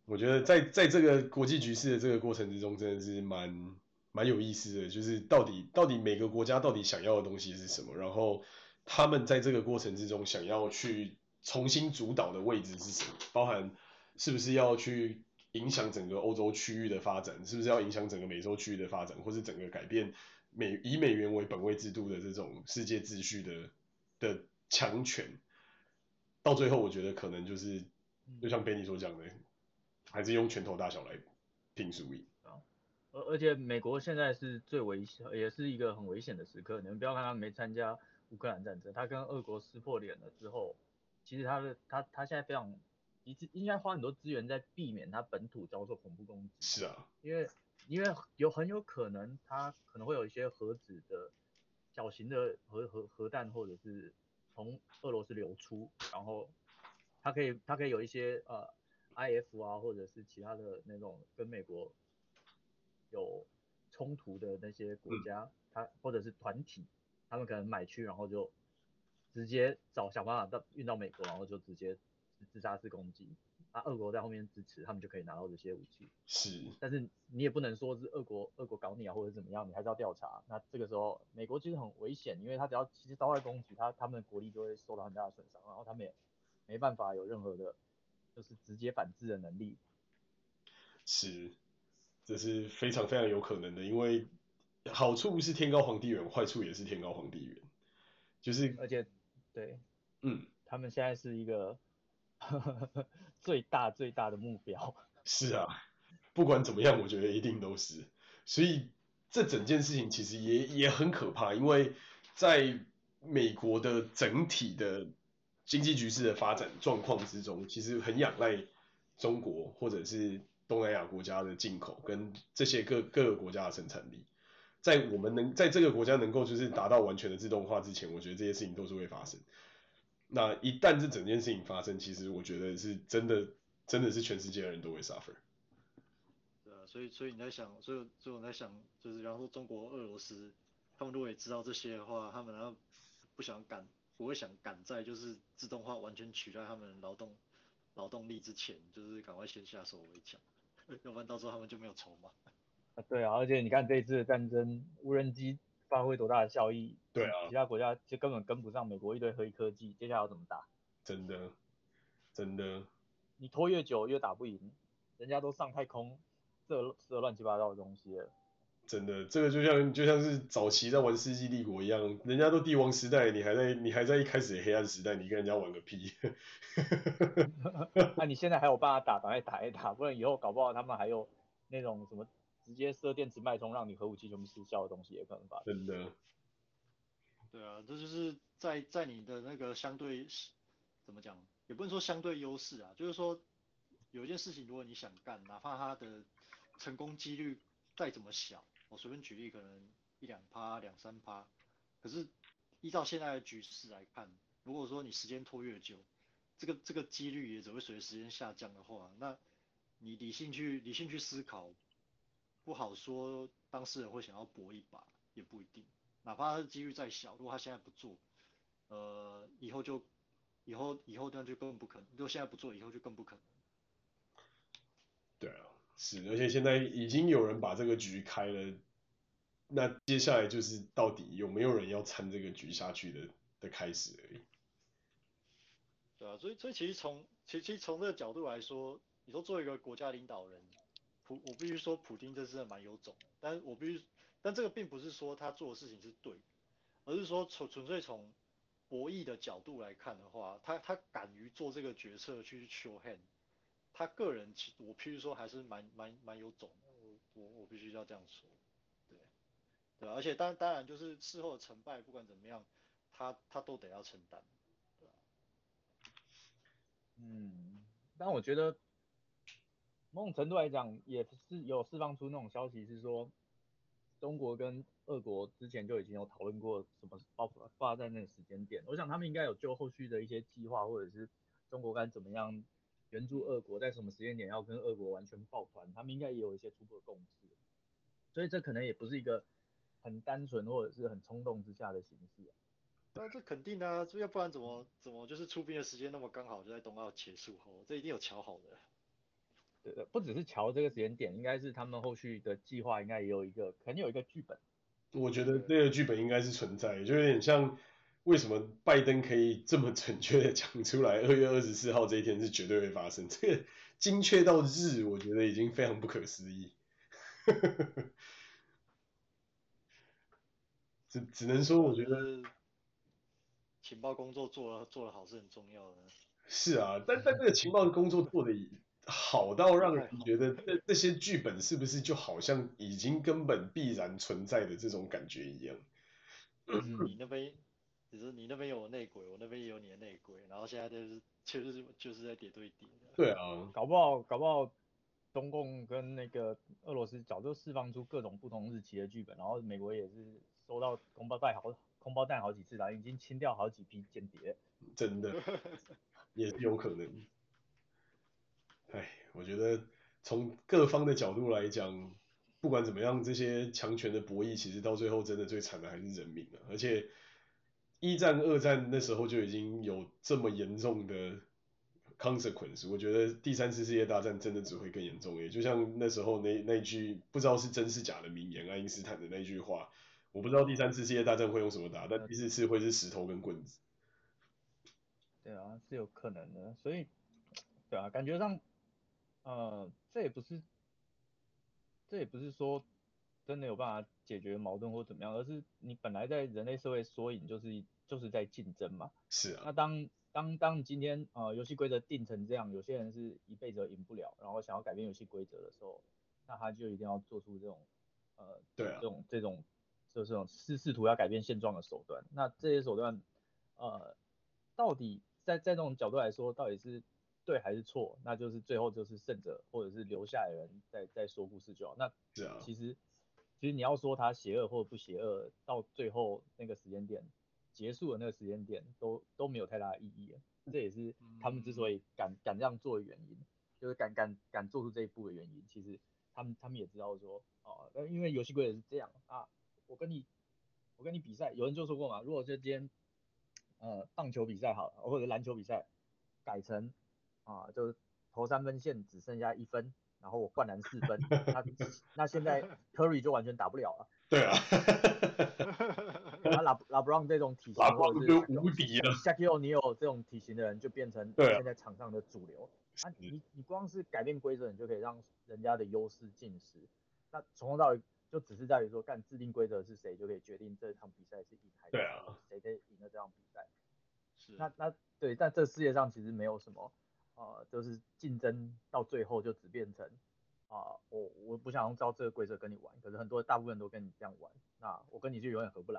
我觉得在在这个国际局势的这个过程之中，真的是蛮蛮有意思的，就是到底到底每个国家到底想要的东西是什么，然后他们在这个过程之中想要去重新主导的位置是什么，包含是不是要去影响整个欧洲区域的发展，是不是要影响整个美洲区域的发展，或是整个改变美以美元为本位制度的这种世界秩序的的强权，到最后我觉得可能就是就像 Benny 所讲的，还是用拳头大小来拼输赢。 啊，而而且美国现在是最危险，也是一个很危险的时刻。你们不要看他没参加乌克兰战争，他跟俄国撕破脸了之后，其实他的他他现在非常一直应该花很多资源在避免他本土遭受恐怖攻击， 是啊， 因为因为有很有可能他可能会有一些核子的小型的核核核弹或者是从俄罗斯流出，然后它可以它可以有一些呃 I F 啊或者是其他的那种跟美国有冲突的那些国嗯， 家，它或者是团体，他们可能买去然后就直接找想办法到运到美国，然后就直接自杀式攻击，啊，俄国在后面支持，他们就可以拿到这些武器。 是， 但是你也不能说是俄国俄国搞你啊，或者怎么样，你还是要调查。那这个时候，美国其实很危险，因为他只要其实遭到攻击，他他们的国力就会受到很大的损伤，然后他们也没办法有任何的，就是直接反制的能力。 是，这是非常非常有可能的，因为好处是天高皇帝远，坏处也是天高皇帝远，就是而且，对， 嗯， 他们现在是一个最大最大的目标。 是啊，不管怎么样，我觉得一定都是，所以这整件事情其实也也很可怕，因为在美国的整体的经济局势的发展状况之中，其实很仰赖中国或者是东南亚国家的进口跟这些各各个国家的生产力。在我们能在这个国家能够就是达到完全的自动化之前，我觉得这些事情都是会发生。那一旦这整件事情发生，其实我觉得是真的，真的是全世界的人都会 suffer。 对啊，所以所以你在想，所以所以我在想，就是然后中国、俄罗斯，他们如果也知道这些的话，他们难道不想赶，不会想赶在就是自动化完全取代他们劳动劳动力之前，就是赶快先下手为强，要不然到时候他们就没有筹码。 啊，对啊，而且你看这一次的战争，无人机发挥多大的效益， 对啊， 其其他国家就根本跟不上美国一堆黑科技，接下来要怎么打？ 真的真的你拖越久越打不赢，人家都上太空射射乱七八糟的东西了。 真的，这个就像就像是早期在玩《世纪帝国》一样，人家都帝王时代，你还在你还在一开始的黑暗时代，你跟人家玩个屁。 那、啊、你现在还有办法打，赶快打一打，不然以后搞不好他们还有那种什么直接射电磁脉冲让你核武器全部失效的东西也可能发生。 真的， 对啊，这就是在在你的那个相对怎么讲，也不能说相对优势啊，就是说有一件事情如果你想干，哪怕它的成功几率再怎么小，我随便举例可能一两趴、两三趴，可是依照现在的局势来看，如果说你时间拖越久，这个这个几率也只会随着时间下降的话，那你理性去理性去思考，不好说当事人会想要搏一把，也不一定。哪怕他的几率再小，如果他现在不做，呃，以后就以后以后那就更不可能。如果现在不做，以后就更不可能。 对啊，是，而且现在已经有人把这个局开了，那接下来就是到底有没有人要参这个局下去的的开始而已。 对啊，所以所以其实从其其实从这个角度来说，你说作为一个国家领导人，普我必须说普丁这真的蛮有种的，但是我必须，但这个并不是说他做的事情是对的，而是说纯纯粹从博弈的角度来看的话，他他敢于做这个决策去 show hand，他个人其我必须说还是蛮蛮蛮有种的，我我我必须要这样说，对对啊，而且当当然就是事后的成败，不管怎么样，他他都得要承担，对啊， 嗯，但我觉得某种程度来讲，也是有释放出那种消息，是说中国跟俄国之前就已经有讨论过什么爆发发在那个时间点。我想他们应该有就后续的一些计划，或者是中国该怎么样援助俄国，在什么时间点要跟俄国完全抱团，他们应该也有一些初步的共识。所以这可能也不是一个很单纯或者是很冲动之下的形式啊。 那这肯定啊，这要不然怎么怎么就是出兵的时间那么刚好就在冬奥结束后，这一定有瞧好的。 对对，不只是瞧这个时间点，应该是他们后续的计划应该也有一个，可能有一个剧本。 我觉得这个剧本应该是存在的，就有点像为什么拜登可以这么准确的讲出来，二月二十四号这一天是绝对会发生，这个精确到日，我觉得已经非常不可思议。只只能说，我觉得情报工作做了做得好是很重要的。 是啊，但但这个情报的工作做的好到让人觉得这这些剧本是不是就好像已经根本必然存在的这种感觉一样。 就是你那边，只是你那边有我内鬼，我那边也有你的内鬼，然后现在就是就是就是在叠对叠的。 对啊， 搞不好搞不好中共跟那个俄罗斯早就释放出各种不同日期的剧本，然后美国也是收到空包弹好空包弹好几次了，已经清掉好几批间谍。 真的也是有可能。哎，我觉得从各方的角度来讲，不管怎么样，这些强权的博弈，其实到最后真的最惨的还是人民啊。而且一战、二战那时候就已经有这么严重的 consequence，我觉得第三次世界大战真的只会更严重。也就像那时候那那句不知道是真是假的名言，爱因斯坦的那句话，我不知道第三次世界大战会用什么打，但第四次会是石头跟棍子。 对啊，是有可能的，所以对啊，感觉上呃，这也不是这也不是说真的有办法解决矛盾或怎么样，而是你本来在人类社会缩影就是就是在竞争嘛。 是啊， 那当当当你今天呃游戏规则定成这样，有些人是一辈子赢不了，然后想要改变游戏规则的时候，那他就一定要做出这种呃对啊这，种这种就是这种试试图要改变现状的手段。那这些手段呃到底在在这种角度来说，到底是对还是错？那就是最后就是胜者或者是留下来的人在在说故事就好。那是啊， 其实其实你要说他邪恶或者不邪恶，到最后那个时间点结束的那个时间点都都没有太大的意义了。这也是他们之所以敢敢这样做的原因，就是敢敢敢做出这一步的原因。其实他们他们也知道说，哦，呃因为游戏规则是这样啊，我跟你我跟你比赛，有人就说过嘛，如果这今天呃棒球比赛好了，或者篮球比赛改成啊就是投三分线只剩下一分，然后我灌篮四分，那那现在 Curry 就完全打不了了。 对啊， 那拉拉布朗这种体拉型，或者是邦就无敌了。 夏 Q 你有这种体型的人，就变成对啊现在场上的主流。啊，你你光是改变规则，你就可以让人家的优势尽失。那从头到尾就只是在于说，干制定规则是谁，就可以决定这场比赛是赢还是对啊， 谁可以赢了这场比赛。 是那那对，但这世界上其实没有什么，呃，就是竞争到最后就只变成啊、我我不想用照这个规则跟你玩，可是很多大部分都跟你这样玩，那我跟你就永远合不来。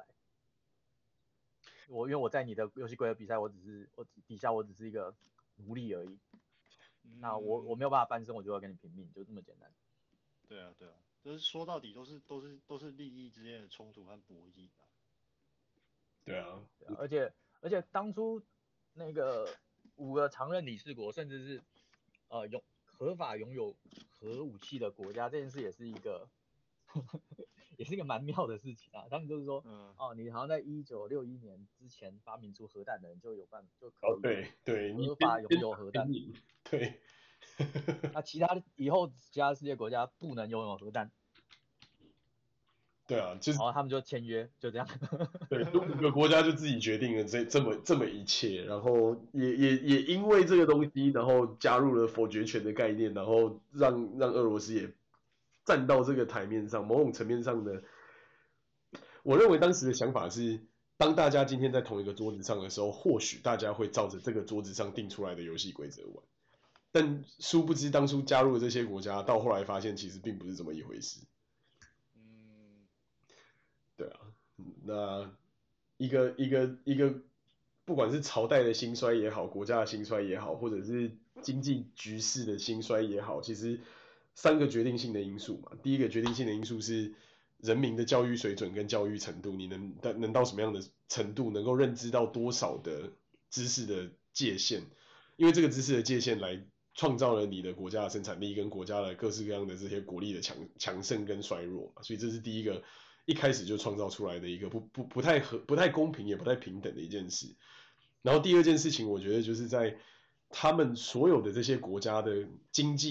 我因为我在你的游戏规则比赛，我只是我底下我只是一个奴隶而已。那我我没有办法翻身，我就要跟你拼命，就这么简单。 对啊对啊，就是说到底都是都是都是利益之间的冲突和博弈啊。 对啊， 对啊，而且而且当初那个五个常任理事国，甚至是呃拥合法拥有核武器的国家，这件事也是一个也是一个蛮妙的事情啊。他们就是说， 嗯， 哦，你好像在一九六一年之前发明出核弹的人就有办就可哦以对对，你合法拥有核弹， 对， 那其他以后其他世界国家不能拥有核弹， 对啊，就是然后他们就签约，就这样。 对，就五个国家就自己决定了这这么这么一切，然后也也也因为这个东西，然后加入了否决权的概念，然后让让俄罗斯也站到这个台面上，某种层面上的，我认为当时的想法是，当大家今天在同一个桌子上的时候，或许大家会照着这个桌子上定出来的游戏规则玩，但殊不知当初加入的这些国家，到后来发现其实并不是这么一回事。 嗯， 对啊，那一个一个一个，不管是朝代的兴衰也好，国家的兴衰也好，或者是经济局势的兴衰也好，其实三个决定性的因素嘛。第一个决定性的因素是人民的教育水准跟教育程度，你能能到什么样的程度，能够认知到多少的知识的界限，因为这个知识的界限来创造了你的国家的生产力跟国家的各式各样的这些国力的强强盛跟衰弱嘛，所以这是第一个一开始就创造出来的一个不不不太合不太公平也不太平等的一件事。然后第二件事情，我觉得就是在他们所有的这些国家的经济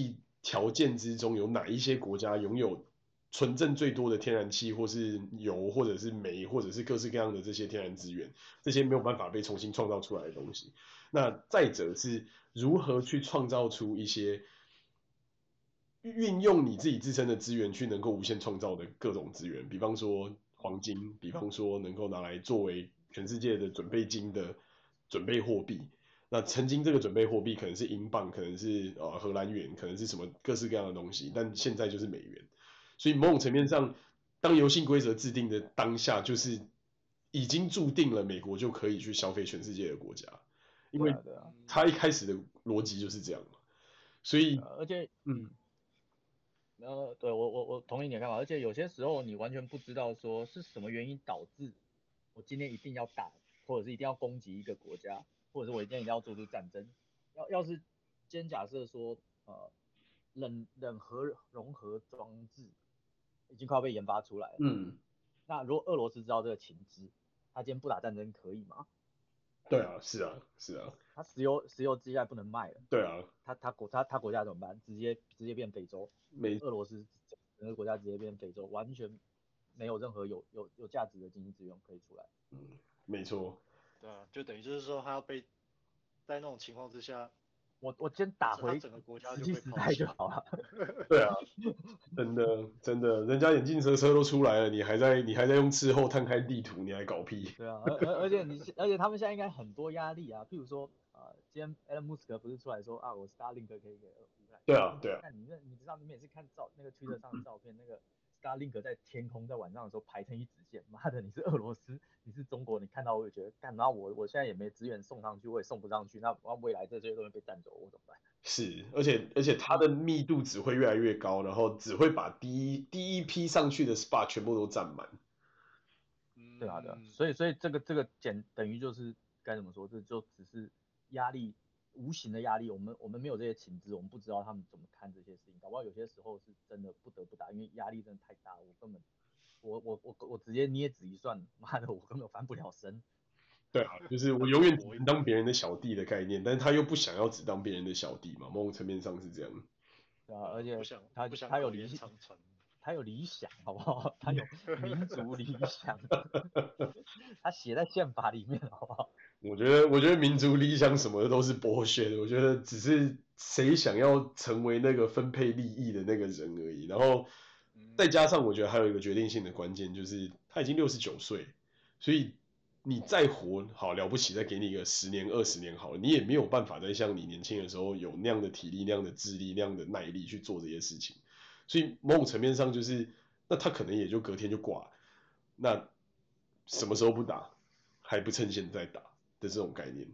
条件之中有哪一些国家拥有纯正最多的天然气，或是油，或者是煤，或者是各式各样的这些天然资源，这些没有办法被重新创造出来的东西。那再者是如何去创造出一些运用你自己自身的资源去能够无限创造的各种资源，比方说黄金，比方说能够拿来作为全世界的准备金的准备货币。那曾经这个准备货币可能是英镑，可能是呃荷兰元，可能是什么各式各样的东西，但现在就是美元。所以某种层面上，当游戏规则制定的当下，就是已经注定了美国就可以去消费全世界的国家，因为他一开始的逻辑就是这样嘛。所以， 呃、而且， 嗯， 呃，对我我我同意你的看法，而且有些时候你完全不知道说是什么原因导致我今天一定要打，或者是一定要攻击一个国家，或者是我今天一定要做出战争。要要是今天假设说，呃，冷冷核融合装置已经快要被研发出来了， 嗯， 那如果俄罗斯知道这个情资，他今天不打战争可以吗？ 对啊，是啊，是啊， 他石油石油接下来不能卖了， 对啊， 他他国他他国家怎么办？直接直接变非洲， 没俄罗斯整个国家直接变非洲，完全没有任何有有有价值的经济资源可以出来。 嗯，没错， 对啊，就等于就是说他要被在那种情况之下， 我我先打回整个国家石器时就被抛弃代就好了。 对啊，真的真的，人家眼镜蛇车都出来了，你还在你还在用事后探看地图，你还搞屁？ 对啊，而而而且你而且他们现在应该很多压力啊，譬如说啊、呃，今天 Elon Musk 不是出来说啊，我 Starlink 可以给乌克兰。 对啊，对啊， 看你那你知道你每次看照那个 Twitter 上的照片，那个 Starlink 在天空在晚上的时候排成一直线，妈的，你是俄罗斯，你是中国，你看到我就觉得干，然后我我现在也没资源送上去，我也送不上去，那未来这些东西被占走，我怎么办？ 是，而且而且它的密度只会越来越高，然后只会把第一第一批上去的 S P A 全部都占满。 对啊，对啊，所以所以这个这个简等于就是该怎么说，这就只是压力，无形的压力，我们我们没有这些情资，我们不知道他们怎么看这些事情，搞不好有些时候是真的不得不打，因为压力真的太大，我根本我我我我直接捏指一算，妈的，我根本翻不了身。 对啊，就是我永远只能当别人的小弟的概念，但是他又不想要只当别人的小弟嘛，某种层面上是这样。 对啊，而且他不想他有理他有理想，好不好？他有民族理想，他写在宪法里面，好不好？ 我觉得，我觉得民族理想什么的都是剥削的。我觉得只是谁想要成为那个分配利益的那个人而已。然后再加上，我觉得还有一个决定性的关键，就是他已经六十九岁，所以你再活好了不起，再给你个十年、二十年好了，你也没有办法再像你年轻的时候有那样的体力、那样的智力、那样的耐力去做这些事情。所以某种层面上，就是那他可能也就隔天就挂了。那什么时候不打，还不趁现在打的这种概念。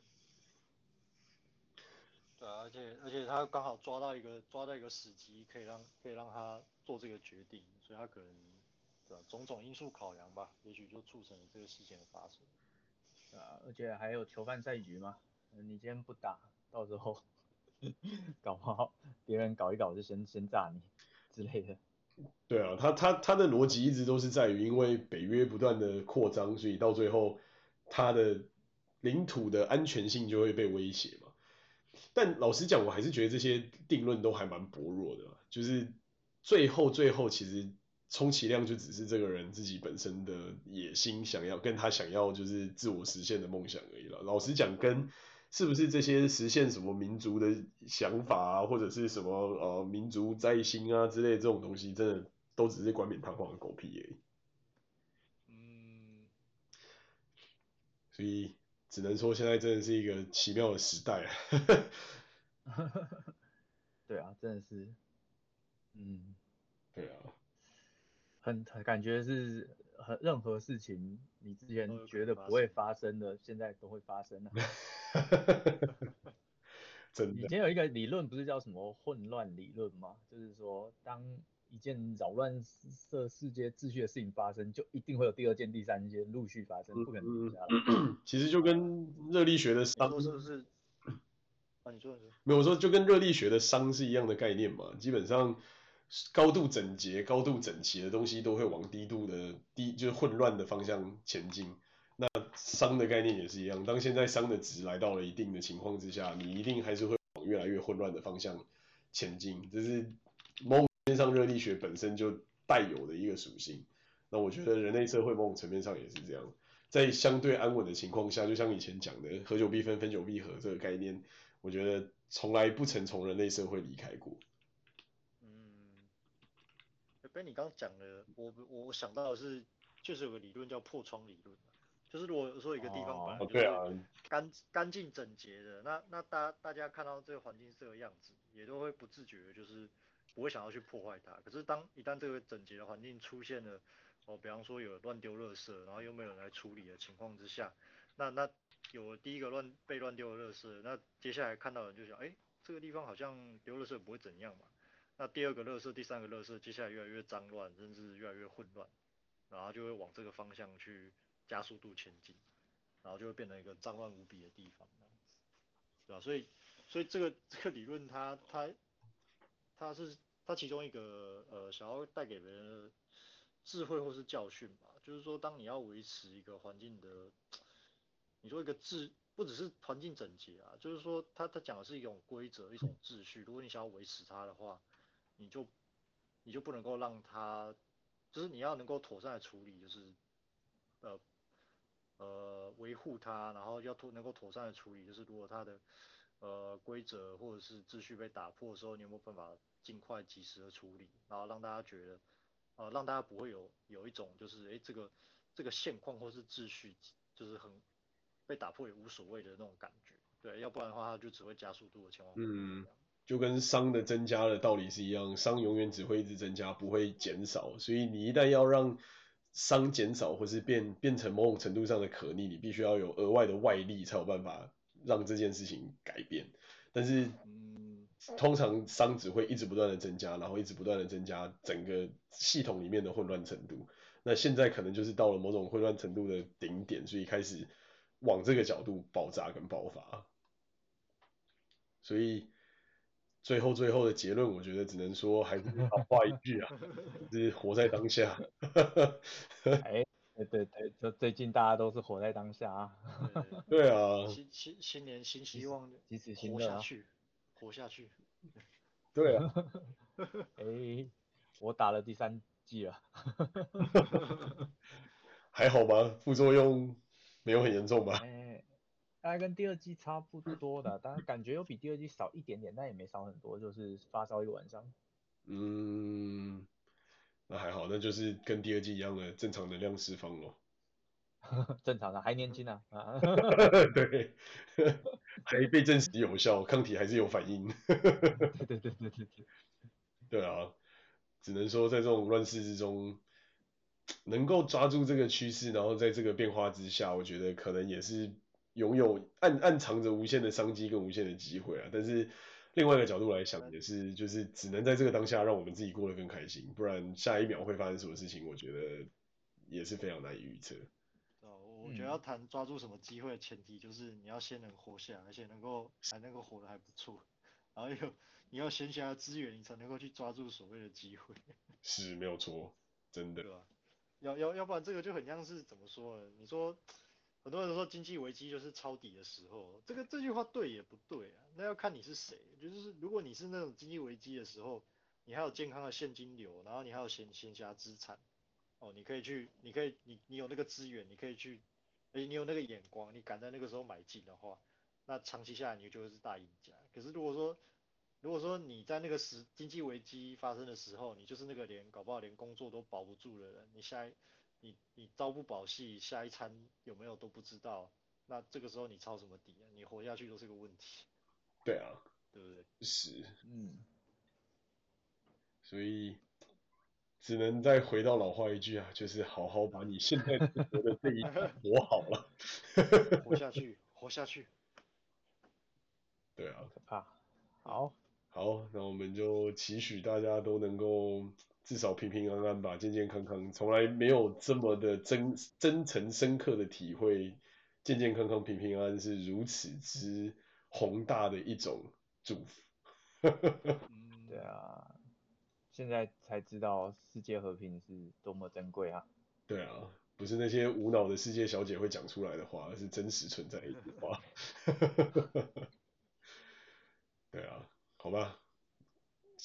对啊，而且而且他刚好抓到一个抓到一个时机，可以让可以让他做这个决定，所以他可能对吧、种种因素考量吧，也许就促成了这个事件的发生。 对啊，而且还有囚犯赛局嘛，你今天不打，到时候搞不好别人搞一搞就先先炸你之类的。 对啊，他他他的逻辑一直都是在于，因为北约不断的扩张，所以到最后他的领土的安全性就会被威胁嘛。但老实讲，我还是觉得这些定论都还蛮薄弱的啦，就是最后最后其实充其量就只是这个人自己本身的野心，想要跟他想要就是自我实现的梦想而已了。老实讲，跟是不是这些实现什么民族的想法啊，或者是什么呃民族在心啊之类的这种东西，真的都只是冠冕堂皇的狗屁而已。 嗯， 所以只能说现在真的是一个奇妙的时代啊。 对啊，真的是，嗯， 对啊， 很感觉是很任何事情你之前觉得不会发生的，现在都会发生了。 真的。 以前有一个理论不是叫什么混乱理论吗？就是说，当一件扰乱世世界秩序的事情发生，就一定会有第二件、第三件陆续发生，不可能停下来。 嗯，其实就跟热力学的熵， 你说是不是？啊，你说你说。 没有说就跟热力学的熵是一样的概念嘛。基本上高度整洁、高度整齐的东西都会往低度的低，就是混乱的方向前进。那熵的概念也是一样，当现在熵的值来到了一定的情况之下，你一定还是会往越来越混乱的方向前进，这是某种层面上热力学本身就带有的一个属性。那我觉得人类社会某种层面上也是这样，在相对安稳的情况下，就像以前讲的合久必分，分久必合这个概念，我觉得从来不曾从人类社会离开过。 嗯，被你刚讲的，我我想到的是，就是有个理论叫破窗理论，就是如果说一个地方本哦， 来就哦，对啊， 是干干净整洁的，那那大大家看到这个环境是这个样子，也都会不自觉的，就是不会想要去破坏它。可是当一旦这个整洁的环境出现了，哦，比方说有乱丢垃圾，然后又没有人来处理的情况之下，那那有了第一个乱被乱丢的垃圾，那接下来看到的人就想，哎，这个地方好像丢垃圾不会怎样嘛。那第二个垃圾，第三个垃圾，接下来越来越脏乱，甚至越来越混乱，然后就会往这个方向去加速度前进，然后就会变成一个脏乱无比的地方，对吧？所以，所以这个这个理论它它它是它其中一个呃想要带给人的智慧或是教训吧，就是说当你要维持一个环境的，你说一个秩不只是环境整洁啊，就是说它它讲的是一种规则一种秩序，如果你想要维持它的话，你就你就不能够让它，就是你要能够妥善的处理，就是呃呃维护它，然后要妥能够妥善的处理，就是如果它的呃规则或者是秩序被打破的时候，你有没有办法尽快及时的处理，然后让大家觉得呃让大家不会有有一种就是诶这个这个现况或是秩序就是很被打破也无所谓的那种感觉，对，要不然的话它就只会加速度的前往毁灭嗯， 这样。 就跟熵的增加的道理是一样，熵永远只会一直增加，不会减少。所以你一旦要让熵减少，或是变变成某种程度上的可逆，你必须要有额外的外力才有办法让这件事情改变。但是嗯， 通常熵只会一直不断的增加，然后一直不断的增加整个系统里面的混乱程度。那现在可能就是到了某种混乱程度的顶点，所以开始往这个角度爆炸跟爆发。所以最后最后的结论，我觉得只能说还是老话一句啊，就是活在当下。 哎，对对对，就最近大家都是活在当下啊， 对对， 对啊， 新新新年新及时希望， 及时行乐啊。 活下去，活下去。 对啊， 哎，我打了第三剂了。 还好吧，副作用没有很严重吧？ 哎，大概跟第二季差不多的，当然感觉有比第二季少一点点，但也没少很多，就是发烧一个晚上。 嗯，那还好，那就是跟第二季一样的正常能量释放咯。 正常的，还年轻啊。啊。 对，还被证实有效，抗体还是有反应。 对对对对对对。 对啊，只能说在这种乱世之中，能够抓住这个趋势，然后在这个变化之下，我觉得可能也是拥有暗暗藏着无限的商机跟无限的机会啊。但是另外一个角度来想，也是就是只能在这个当下让我们自己过得更开心，不然下一秒会发生什么事情，我觉得也是非常难以预测。 哦，我觉得要嗯， 谈抓住什么机会的前提就是你要先能活下来，而且能够还能够活得还不错，然后有你要闲暇的资源，你才能够去抓住所谓的机会， 是没有错，真的。 对吧？要要要不然这个就很像是怎么说呢？你说很多人都说经济危机就是抄底的时候，这个这句话对也不对啊？那要看你是谁。就是如果你是那种经济危机的时候，你还有健康的现金流，然后你还有闲闲暇资产，哦，你可以去，你可以你你有那个资源，你可以去，而且你有那个眼光，你敢在那个时候买进的话，那长期下来你就会是大赢家。可是如果说如果说你在那个时经济危机发生的时候，你就是那个连搞不好连工作都保不住的人，你下一你你朝不保夕，下一餐有没有都不知道，那这个时候你抄什么底啊？你活下去都是个问题， 对啊， 对不对？ 是， 嗯， 所以只能再回到老话一句啊，就是好好把你现在生活的这一刻活好了。 活下去，活下去。 对啊， 可怕。 嗯， 好， 好，那我们就期许大家都能够至少平平安安吧，健健康康。从来没有这么的真真诚深刻的体会，健健康康、平平安安是如此之宏大的一种祝福。 对嗯， 啊，现在才知道世界和平是多么珍贵啊。 对啊，不是那些无脑的世界小姐会讲出来的话，而是真实存在的一句话。对啊，好吧，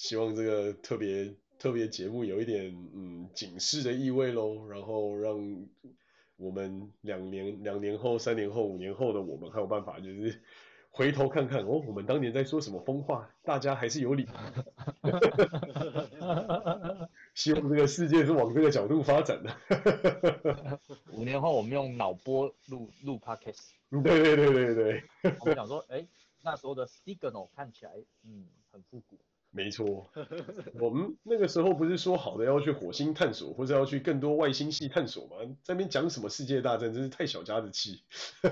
希望这个特别特别节目有一点嗯警示的意味咯，然后让我们两年两年后、三年后、五年后的我们还有办法，就是回头看看哦，我们当年在说什么疯话，大家还是有理。希望这个世界是往这个角度发展的。 五年后我们用脑波录录 podcast， 对对对对对， 我们讲说，哎，那时候的 Signal 看起来，嗯，很复古。 没错。我们那个时候不是说好的要去火星探索，或者要去更多外星系探索吗？在那边讲什么世界大战，真是太小家子气。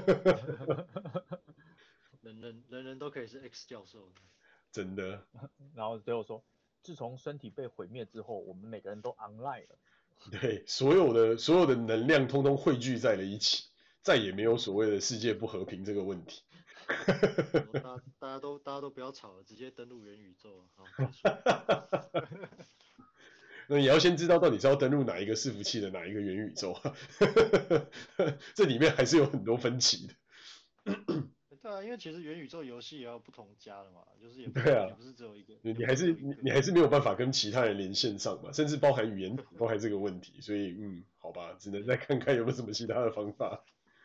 人人人人都可以是 X 教授。 真的。 然后最后说，自从身体被毁灭之后，我们每个人都 online 了。 对，所有的所有的能量通通汇聚在了一起，再也没有所谓的世界不和平这个问题。 大家大家都大家都不要吵了，直接登录元宇宙，好结束。 那你要先知道到底是要登录哪一个伺服器的哪一个元宇宙啊？这里面还是有很多分歧的。 对啊，因为其实元宇宙游戏也要不同家的嘛，就是也不是对啊， 也不是只有一个， 你还是你你还是没有办法跟其他人连线上嘛，甚至包含语言都还这个问题，所以嗯，好吧，只能再看看有没有什么其他的方法。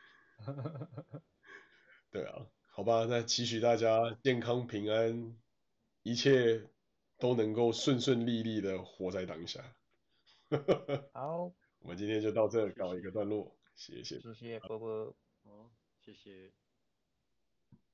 对啊，好吧，那期许大家健康平安，一切都能够顺顺利利的活在当下。 好， 我们今天就到这谢谢， 告一个段落，谢谢。 谢谢波波。 好，谢谢。